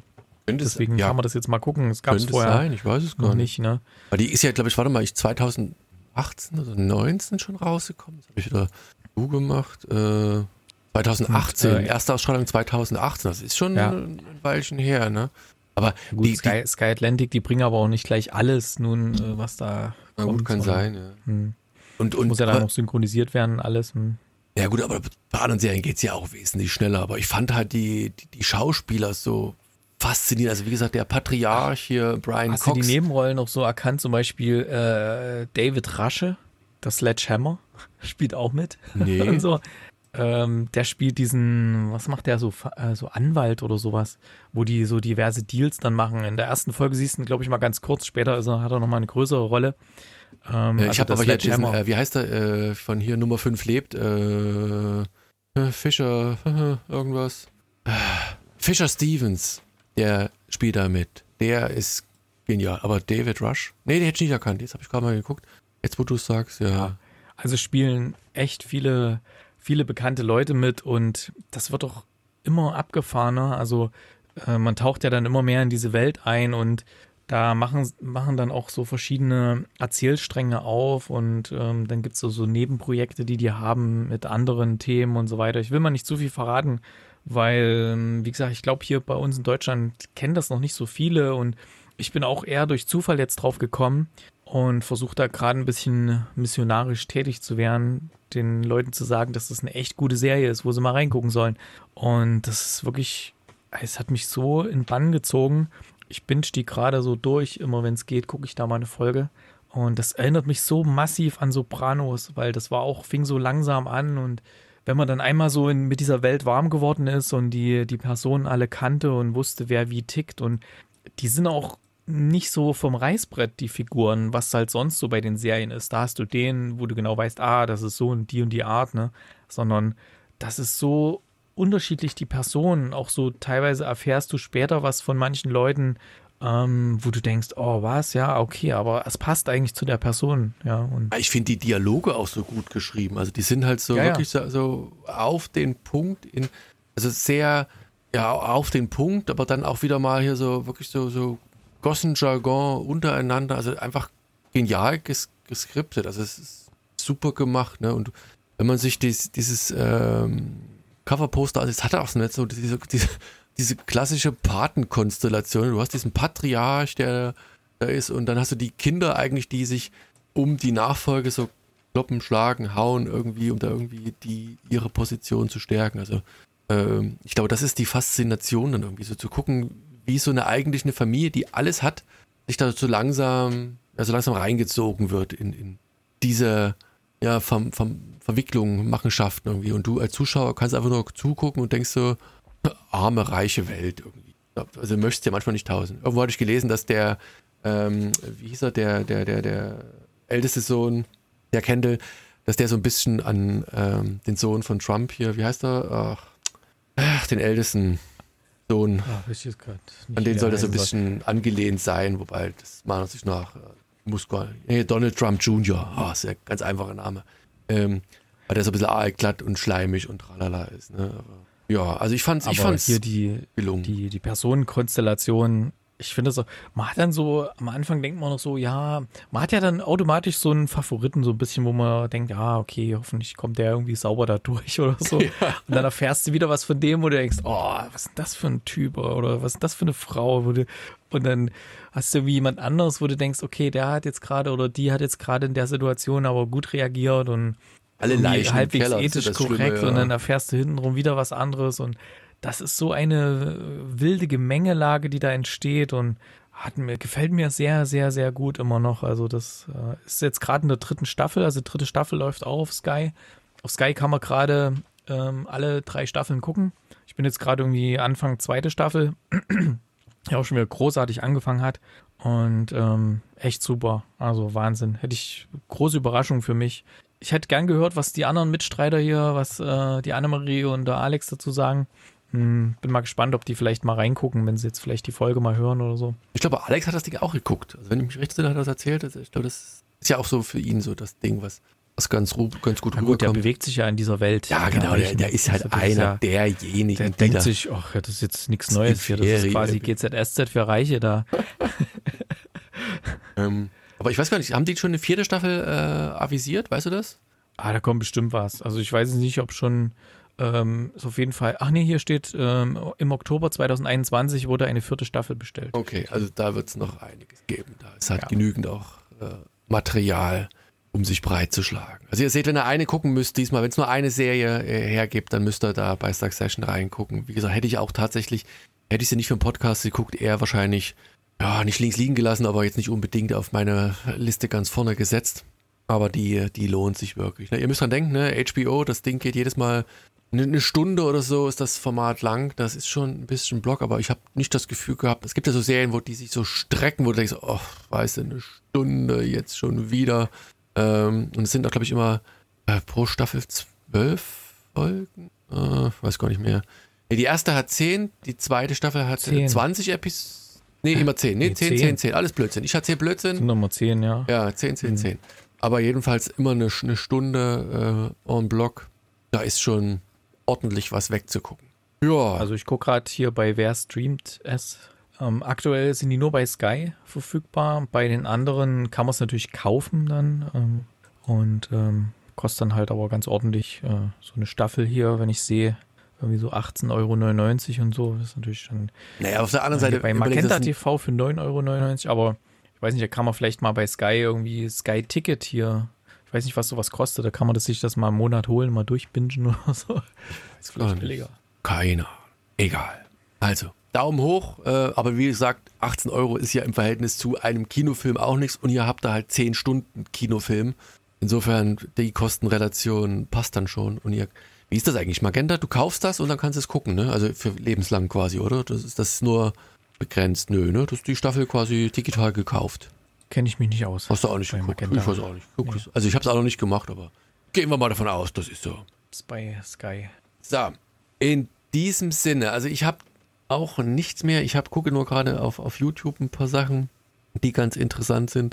Speaker 1: Könnte es-
Speaker 2: Deswegen
Speaker 1: ja.
Speaker 2: kann man das jetzt mal gucken. Es gab es
Speaker 1: Könnte
Speaker 2: vorher
Speaker 1: sein, ich weiß es gar
Speaker 2: noch
Speaker 1: nicht.
Speaker 2: nicht, ne?
Speaker 1: Aber die ist ja, glaube ich, warte mal, ich zweitausendachtzehn oder neunzehn schon rausgekommen. Das habe ich wieder du gemacht. Äh, zweitausendachtzehn,
Speaker 2: Und, äh,
Speaker 1: erste Ausstrahlung zweitausendachtzehn. Das ist schon
Speaker 2: Ja.
Speaker 1: ein Weilchen her, ne? Aber
Speaker 2: Gut,
Speaker 1: die,
Speaker 2: Sky, Sky Atlantic, die bringen aber auch nicht gleich alles nun, äh, was da
Speaker 1: na gut,
Speaker 2: kommt,
Speaker 1: kann
Speaker 2: sondern,
Speaker 1: sein, ja.
Speaker 2: Hm.
Speaker 1: Und, und
Speaker 2: Muss ja dann
Speaker 1: aber,
Speaker 2: noch synchronisiert werden, alles. Hm.
Speaker 1: ja gut, aber bei anderen Serien geht es ja auch wesentlich schneller. Aber ich fand halt die, die, die Schauspieler so faszinierend. Also wie gesagt, der Patriarch hier, Brian
Speaker 2: Hast du
Speaker 1: Cox.
Speaker 2: die Nebenrollen noch so erkannt? Zum Beispiel äh, David Rasche, das Sledgehammer, spielt auch mit.
Speaker 1: Nee.
Speaker 2: Und so. Ähm, der spielt diesen, was macht der so, äh, so Anwalt oder sowas, wo die so diverse Deals dann machen. In der ersten Folge siehst du ihn, glaube ich, mal ganz kurz. Später ist er, hat er nochmal eine größere Rolle. Ähm,
Speaker 1: Äh,
Speaker 2: also
Speaker 1: ich habe
Speaker 2: das
Speaker 1: aber hier diesen,
Speaker 2: Sledgehammer.
Speaker 1: äh, wie heißt der, äh, von hier Nummer fünf lebt, äh, äh, Fischer, irgendwas. Äh, Fischer Stevens, der spielt da mit. Der ist genial. Aber David Rush, nee, den hätte ich nicht erkannt. Jetzt habe ich gerade mal geguckt. Jetzt, wo du es sagst, ja.
Speaker 2: Also spielen echt viele, viele bekannte Leute mit und das wird auch immer abgefahrener. Also äh, man taucht ja dann immer mehr in diese Welt ein und da machen, machen dann auch so verschiedene Erzählstränge auf und ähm, dann gibt es so, so Nebenprojekte, die die haben mit anderen Themen und so weiter. Ich will mal nicht zu viel verraten, weil, ähm, wie gesagt, ich glaube, hier bei uns in Deutschland kennen das noch nicht so viele und ich bin auch eher durch Zufall jetzt drauf gekommen und versuche da gerade ein bisschen missionarisch tätig zu werden, den Leuten zu sagen, dass das eine echt gute Serie ist, wo sie mal reingucken sollen. Und das ist wirklich, es hat mich so in Bann gezogen. Ich binge die gerade so durch, immer wenn es geht, gucke ich da mal eine Folge. Und das erinnert mich so massiv an Sopranos, weil das war auch, fing so langsam an und wenn man dann einmal so in, mit dieser Welt warm geworden ist und die, die Personen alle kannte und wusste, wer wie tickt und die sind auch nicht so vom Reißbrett, die Figuren, was halt sonst so bei den Serien ist. Da hast du den, wo du genau weißt, ah, das ist so und die und die Art, ne? Sondern das ist so unterschiedlich, die Personen. Auch so teilweise erfährst du später was von manchen Leuten, ähm, wo du denkst, oh, was, ja, okay, aber es passt eigentlich zu der Person, ja. Und
Speaker 1: Ich finde die Dialoge auch so gut geschrieben. Also die sind halt so
Speaker 2: Ja, ja.
Speaker 1: wirklich so, so auf den Punkt, in, also sehr, ja, auf den Punkt, aber dann auch wieder mal hier so wirklich so, so Gossenjargon untereinander, also einfach genial ges geskriptet, also es ist super gemacht, ne? Und wenn man sich dies, dieses ähm, Coverposter, also es hat auch so, nicht so diese, diese, diese klassische Patenkonstellation, du hast diesen Patriarch, der da ist und dann hast du die Kinder eigentlich, die sich um die Nachfolge so kloppen, schlagen, hauen irgendwie, um da irgendwie die ihre Position zu stärken, also ähm, ich glaube, das ist die Faszination dann irgendwie so zu gucken, wie so eine eigentlich eine Familie, die alles hat, sich da so langsam, also langsam reingezogen wird in, in diese ja, Ver, Ver, Verwicklung, Machenschaften irgendwie. Und du als Zuschauer kannst einfach nur zugucken und denkst so, arme, reiche Welt irgendwie. Also du möchtest ja manchmal nicht tausen. Irgendwo hatte ich gelesen, dass der, ähm, wie hieß er, der, der, der, der älteste Sohn, der Kendall, dass der so ein bisschen an ähm, den Sohn von Trump hier, wie heißt er? Ach, ach den ältesten Sohn.
Speaker 2: ja, ich jetzt grad nicht,
Speaker 1: An den
Speaker 2: wie der
Speaker 1: soll das so ein
Speaker 2: heißen soll.
Speaker 1: bisschen angelehnt sein, wobei das meiner sich nach äh, muss gar nicht. Nee, Donald Trump Junior Ah, ist ja ein ganz einfacher Name. Ähm, weil der so ein bisschen aalglatt und schleimig und tralala ist. Ne? Aber, ja, also ich fand's, ich
Speaker 2: Aber
Speaker 1: fand's
Speaker 2: hier die,
Speaker 1: gelungen.
Speaker 2: die, die Personenkonstellation, ich finde das auch, man hat dann so, am Anfang denkt man noch so, ja, man hat ja dann automatisch so einen Favoriten, so ein bisschen, wo man denkt, ja, okay, hoffentlich kommt der irgendwie sauber da durch oder so.
Speaker 1: Ja.
Speaker 2: Und dann erfährst du wieder was von dem, wo du denkst, oh, was ist das für ein Typ oder was ist das für eine Frau? Wo du, und dann hast du wie jemand anderes, wo du denkst, okay, der hat jetzt gerade oder die hat jetzt gerade in der Situation aber gut reagiert und
Speaker 1: Alle
Speaker 2: irgendwie
Speaker 1: Leichen im
Speaker 2: halbwegs
Speaker 1: Keller, das ist
Speaker 2: ethisch
Speaker 1: das Schlimme,
Speaker 2: korrekt
Speaker 1: ja.
Speaker 2: und dann erfährst du hintenrum wieder was anderes und das ist so eine äh, wilde Gemengelage, die da entsteht und hat mir, gefällt mir sehr, sehr, sehr gut immer noch. Also das äh, ist jetzt gerade in der dritten Staffel, also die dritte Staffel läuft auch auf Sky. Auf Sky kann man gerade ähm, alle drei Staffeln gucken. Ich bin jetzt gerade irgendwie Anfang zweite Staffel, die auch schon wieder großartig angefangen hat und ähm, echt super, also Wahnsinn. Hätte ich, große Überraschung für mich. Ich hätte gern gehört, was die anderen Mitstreiter hier, was äh, die Annemarie und der Alex dazu sagen. Hm, bin mal gespannt, ob die vielleicht mal reingucken, wenn sie jetzt vielleicht die Folge mal hören oder so.
Speaker 1: Ich glaube, Alex hat das Ding auch geguckt. Also wenn ich mich recht erinnere, hat er das erzählt. Also ich glaube, das ist ja auch so für ihn so das Ding, was, was ganz, ganz gut
Speaker 2: Na gut, der
Speaker 1: rüberkommt.
Speaker 2: bewegt sich ja in dieser Welt.
Speaker 1: Ja, genau, der, der ist halt einer
Speaker 2: ja,
Speaker 1: derjenigen,
Speaker 2: der
Speaker 1: die
Speaker 2: denkt
Speaker 1: da,
Speaker 2: sich, ach, ja, das ist jetzt nichts Neues hier, das ist
Speaker 1: Serie,
Speaker 2: quasi
Speaker 1: äh,
Speaker 2: G Z S Z für Reiche da.
Speaker 1: ähm, aber ich weiß gar nicht, haben die schon eine vierte Staffel äh, avisiert, weißt du das?
Speaker 2: Ah, da kommt bestimmt was. Also ich weiß nicht, ob schon ähm, ist auf jeden Fall, ach nee, hier steht, ähm, im Oktober zwanzig einundzwanzig wurde eine vierte Staffel bestellt.
Speaker 1: Okay, also da wird es noch einiges geben. Da ist halt
Speaker 2: Ja.
Speaker 1: genügend auch äh, Material, um sich breit zu schlagen. Also ihr seht, wenn ihr eine gucken müsst, diesmal, wenn es nur eine Serie äh, hergibt, dann müsst ihr da bei Succession reingucken. Wie gesagt, hätte ich auch tatsächlich, hätte ich sie nicht für einen Podcast geguckt, eher wahrscheinlich, ja, nicht links liegen gelassen, aber jetzt nicht unbedingt auf meine Liste ganz vorne gesetzt. Aber die, die lohnt sich wirklich. Ne? Ihr müsst dran denken, ne? H B O, das Ding geht jedes Mal eine, eine Stunde oder so ist das Format lang. Das ist schon ein bisschen Block, aber ich habe nicht das Gefühl gehabt, es gibt ja so Serien, wo die sich so strecken, wo du denkst, oh, weißt du, eine Stunde jetzt schon wieder. Ähm, und es sind auch, glaube ich, immer äh, pro Staffel zwölf Folgen. Äh, weiß gar nicht mehr. Nee, die erste hat zehn, die zweite Staffel hat
Speaker 2: Zehn.
Speaker 1: zwanzig Episoden. Nee, immer zehn. Nee,
Speaker 2: Nee,
Speaker 1: zehn,
Speaker 2: zehn.
Speaker 1: zehn, zehn. Alles Blödsinn. Ich erzähle Blödsinn.
Speaker 2: Sind Nummer zehn, ja.
Speaker 1: Ja, zehn, zehn,
Speaker 2: Mhm.
Speaker 1: zehn. Aber jedenfalls immer eine, eine Stunde äh, en bloc. Da ist schon ordentlich was wegzugucken. Ja,
Speaker 2: Also ich gucke gerade hier bei Wer streamt es. Ähm, aktuell sind die nur bei Sky verfügbar. Bei den anderen kann man es natürlich kaufen dann. Ähm, und ähm, kostet dann halt aber ganz ordentlich äh, so eine Staffel hier, wenn ich sehe, irgendwie so achtzehn Euro neunundneunzig und so. Das ist natürlich dann
Speaker 1: naja, auf der anderen
Speaker 2: äh,
Speaker 1: Seite.
Speaker 2: hier bei
Speaker 1: überlegst du,
Speaker 2: Magenta
Speaker 1: das sind-
Speaker 2: T V für neun Euro neunundneunzig, aber ich weiß nicht, da kann man vielleicht mal bei Sky irgendwie Sky Ticket hier. Ich weiß nicht, was sowas kostet. Da kann man das sich das mal im Monat holen, mal durchbingen oder so. Das ist
Speaker 1: gar
Speaker 2: vielleicht
Speaker 1: nicht.
Speaker 2: billiger.
Speaker 1: Keine Ahnung. Egal. Also, Daumen hoch. Äh, aber wie gesagt, achtzehn Euro ist ja im Verhältnis zu einem Kinofilm auch nichts. Und ihr habt da halt zehn Stunden Kinofilm. Insofern, die Kostenrelation passt dann schon. Und ihr, wie ist das eigentlich? Magenta, du kaufst das und dann kannst du es gucken, ne? Also für lebenslang quasi, oder? Das ist das ist nur begrenzt. Nö, ne? Das ist die Staffel quasi digital gekauft.
Speaker 2: Kenne ich mich nicht aus.
Speaker 1: Hast du auch nicht
Speaker 2: Bei
Speaker 1: geguckt?
Speaker 2: Magenta.
Speaker 1: Ich weiß auch nicht. Guck,
Speaker 2: Nee.
Speaker 1: Also ich habe es auch noch nicht gemacht, aber gehen wir mal davon aus, das ist so.
Speaker 2: Ist bei Sky.
Speaker 1: So, in diesem Sinne, also ich habe auch nichts mehr. Ich hab, gucke nur gerade auf, auf YouTube ein paar Sachen, die ganz interessant sind.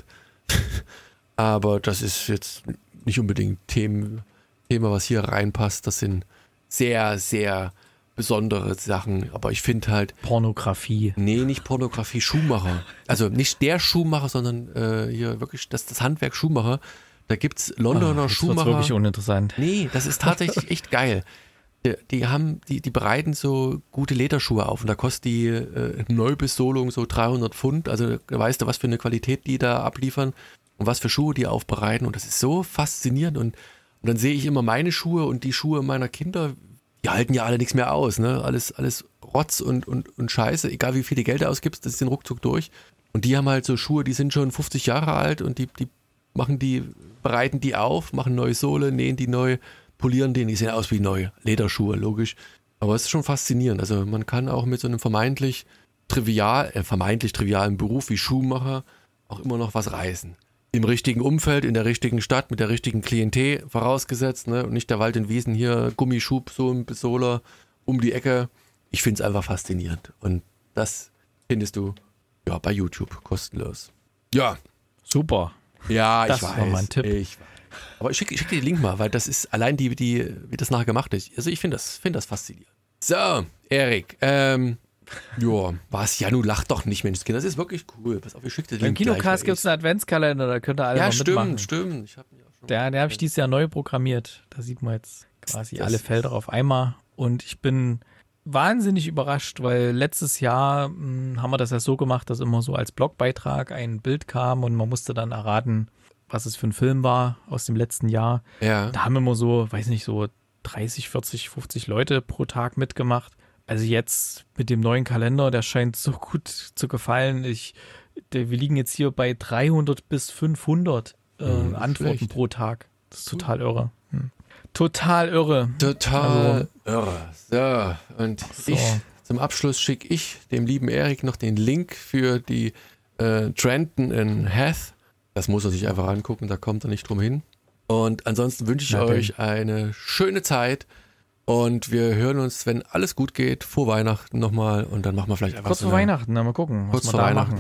Speaker 1: Aber das ist jetzt nicht unbedingt Themen, Thema, was hier reinpasst. Das sind sehr, sehr besondere Sachen. Aber ich finde halt,
Speaker 2: Pornografie.
Speaker 1: nee, nicht Pornografie, Schuhmacher. Also nicht der Schuhmacher, sondern äh, hier wirklich das, das Handwerk Schuhmacher. Da gibt es Londoner
Speaker 2: Ah, jetzt wird's
Speaker 1: Schuhmacher.
Speaker 2: wirklich uninteressant.
Speaker 1: Nee, das ist tatsächlich echt geil. Die, die haben, die, die bereiten so gute Lederschuhe auf und da kostet die äh, Neubesohlung so dreihundert Pfund. Also da weißt du, was für eine Qualität die da abliefern und was für Schuhe die aufbereiten. Und das ist so faszinierend. Und, und dann sehe ich immer meine Schuhe und die Schuhe meiner Kinder, die halten ja alle nichts mehr aus. Ne? Alles, alles Rotz und, und, und Scheiße. Egal wie viel du Geld ausgibst, das ist den ruckzuck durch. Und die haben halt so Schuhe, die sind schon fünfzig Jahre alt und die, die machen die, bereiten die auf, machen neue Sohle, nähen die neu, polieren den, die sehen aus wie neue Lederschuhe, logisch. Aber es ist schon faszinierend. Also man kann auch mit so einem vermeintlich trivial, äh, vermeintlich trivialen Beruf wie Schuhmacher auch immer noch was reißen. Im richtigen Umfeld, in der richtigen Stadt, mit der richtigen Klientel vorausgesetzt, ne? Und nicht der Wald in Wiesen hier, Gummischub, so ein Besohler um die Ecke. Ich finde es einfach faszinierend. Und das findest du ja bei YouTube kostenlos. Ja,
Speaker 2: Super.
Speaker 1: ja,
Speaker 2: Das
Speaker 1: ich
Speaker 2: war
Speaker 1: weiß.
Speaker 2: mal ein Tipp.
Speaker 1: Ich weiß. Aber ich schicke ich schick dir den Link mal, weil das ist allein die, die wie das nachher gemacht ist. Also ich finde das, find das faszinierend. So, Erik, ähm, ja, was? Ja, nun lach doch nicht, Menschenskind. Das ist wirklich cool. Pass auf, ich schicke dir den
Speaker 2: Beim
Speaker 1: Link gleich,
Speaker 2: Kinocast
Speaker 1: weil
Speaker 2: gibt es
Speaker 1: ich-
Speaker 2: einen Adventskalender, da könnt ihr alle
Speaker 1: Ja,
Speaker 2: mal mitmachen.
Speaker 1: stimmt, stimmt. Ich hab mir auch schon
Speaker 2: Der, der habe ich dieses Jahr neu programmiert. Da sieht man jetzt quasi
Speaker 1: Das
Speaker 2: alle
Speaker 1: ist-
Speaker 2: Felder auf einmal. Und ich bin wahnsinnig überrascht, weil letztes Jahr mh, haben wir das ja so gemacht, dass immer so als Blogbeitrag ein Bild kam und man musste dann erraten, was es für ein Film war aus dem letzten Jahr.
Speaker 1: Ja.
Speaker 2: Da haben immer so, weiß nicht, so dreißig, vierzig, fünfzig Leute pro Tag mitgemacht. Also jetzt mit dem neuen Kalender, der scheint so gut zu gefallen. Ich, der, wir liegen jetzt hier bei dreihundert bis fünfhundert äh,
Speaker 1: Hm, nicht
Speaker 2: Antworten
Speaker 1: schlecht.
Speaker 2: pro Tag. Das ist total irre. Hm. Total irre.
Speaker 1: Total irre. So, und
Speaker 2: So.
Speaker 1: ich, zum Abschluss schicke ich dem lieben Erik noch den Link für die äh, Trenton in Hath. Das muss er sich einfach angucken, da kommt er nicht drum hin. Und ansonsten wünsche ich
Speaker 2: Na denn.
Speaker 1: euch eine schöne Zeit und wir hören uns, wenn alles gut geht, vor Weihnachten nochmal und dann machen wir vielleicht einfach
Speaker 2: Kurz
Speaker 1: so
Speaker 2: vor
Speaker 1: eine,
Speaker 2: Weihnachten, na, mal gucken, was
Speaker 1: Kurz
Speaker 2: wir
Speaker 1: vor
Speaker 2: da
Speaker 1: Weihnachten.
Speaker 2: machen. Ja?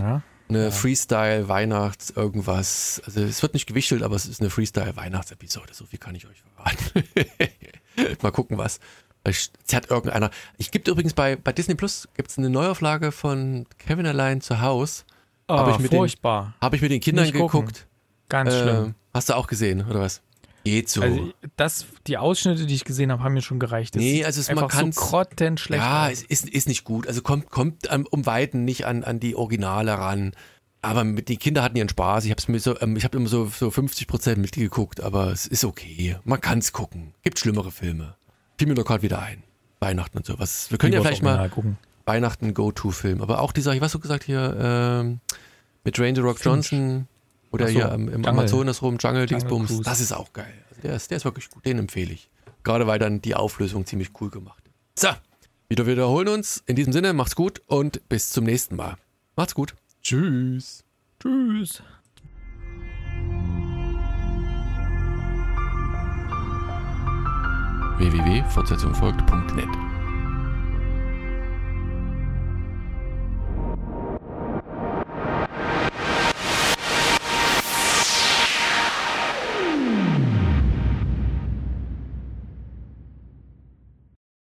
Speaker 1: eine
Speaker 2: Ja.
Speaker 1: Freestyle-Weihnachts- irgendwas. Also es wird nicht gewichtelt, aber es ist eine Freestyle-Weihnachtsepisode. So viel kann ich euch verraten. Mal gucken, was. Es hat irgendeiner. Ich gibt übrigens bei, bei Disney Plus gibt's eine Neuauflage von Kevin allein zu Haus.
Speaker 2: Oh,
Speaker 1: Hab ich mit den-
Speaker 2: furchtbar.
Speaker 1: Habe ich mit den Kindern
Speaker 2: Nicht gucken.
Speaker 1: geguckt.
Speaker 2: Ganz schlimm.
Speaker 1: Äh, hast du auch gesehen, oder was? Geht so.
Speaker 2: Also das, die Ausschnitte, die ich gesehen habe, haben mir schon gereicht. Das
Speaker 1: Nee,
Speaker 2: sieht
Speaker 1: also es-
Speaker 2: einfach
Speaker 1: man kann's-
Speaker 2: so grottenschlecht
Speaker 1: Ja,
Speaker 2: aus.
Speaker 1: es ist, ist nicht gut. Also kommt, kommt an, um Weiten nicht an, an die Originale ran. Aber mit, die Kinder hatten ihren Spaß. Ich habe mir so, ähm, ich habe immer so, so fünfzig Prozent mitgeguckt, aber es ist okay. Man kann es gucken. Gibt schlimmere Filme. Fiel mir doch gerade wieder ein. Weihnachten und sowas. Wir können ja
Speaker 2: Lieber
Speaker 1: vielleicht
Speaker 2: das
Speaker 1: mal
Speaker 2: Original gucken.
Speaker 1: Weihnachten Go-To-Film. Aber auch dieser, was hast du gesagt hier, ähm, mit Dwayne The Rock
Speaker 2: Finch.
Speaker 1: Johnson oder
Speaker 2: Ach so,
Speaker 1: hier im, im
Speaker 2: Jungle.
Speaker 1: Amazonas rum, Jungle
Speaker 2: Jungle
Speaker 1: Dingsbums.
Speaker 2: Cruise.
Speaker 1: Das ist auch geil. Also der, ist, der ist wirklich gut. Den empfehle ich. Gerade weil dann die Auflösung ziemlich cool gemacht ist. So, wieder wiederholen uns. In diesem Sinne, macht's gut und bis zum nächsten Mal. Macht's gut. Tschüss.
Speaker 2: Tschüss.
Speaker 1: w w w punkt fortsetzung folgt punkt net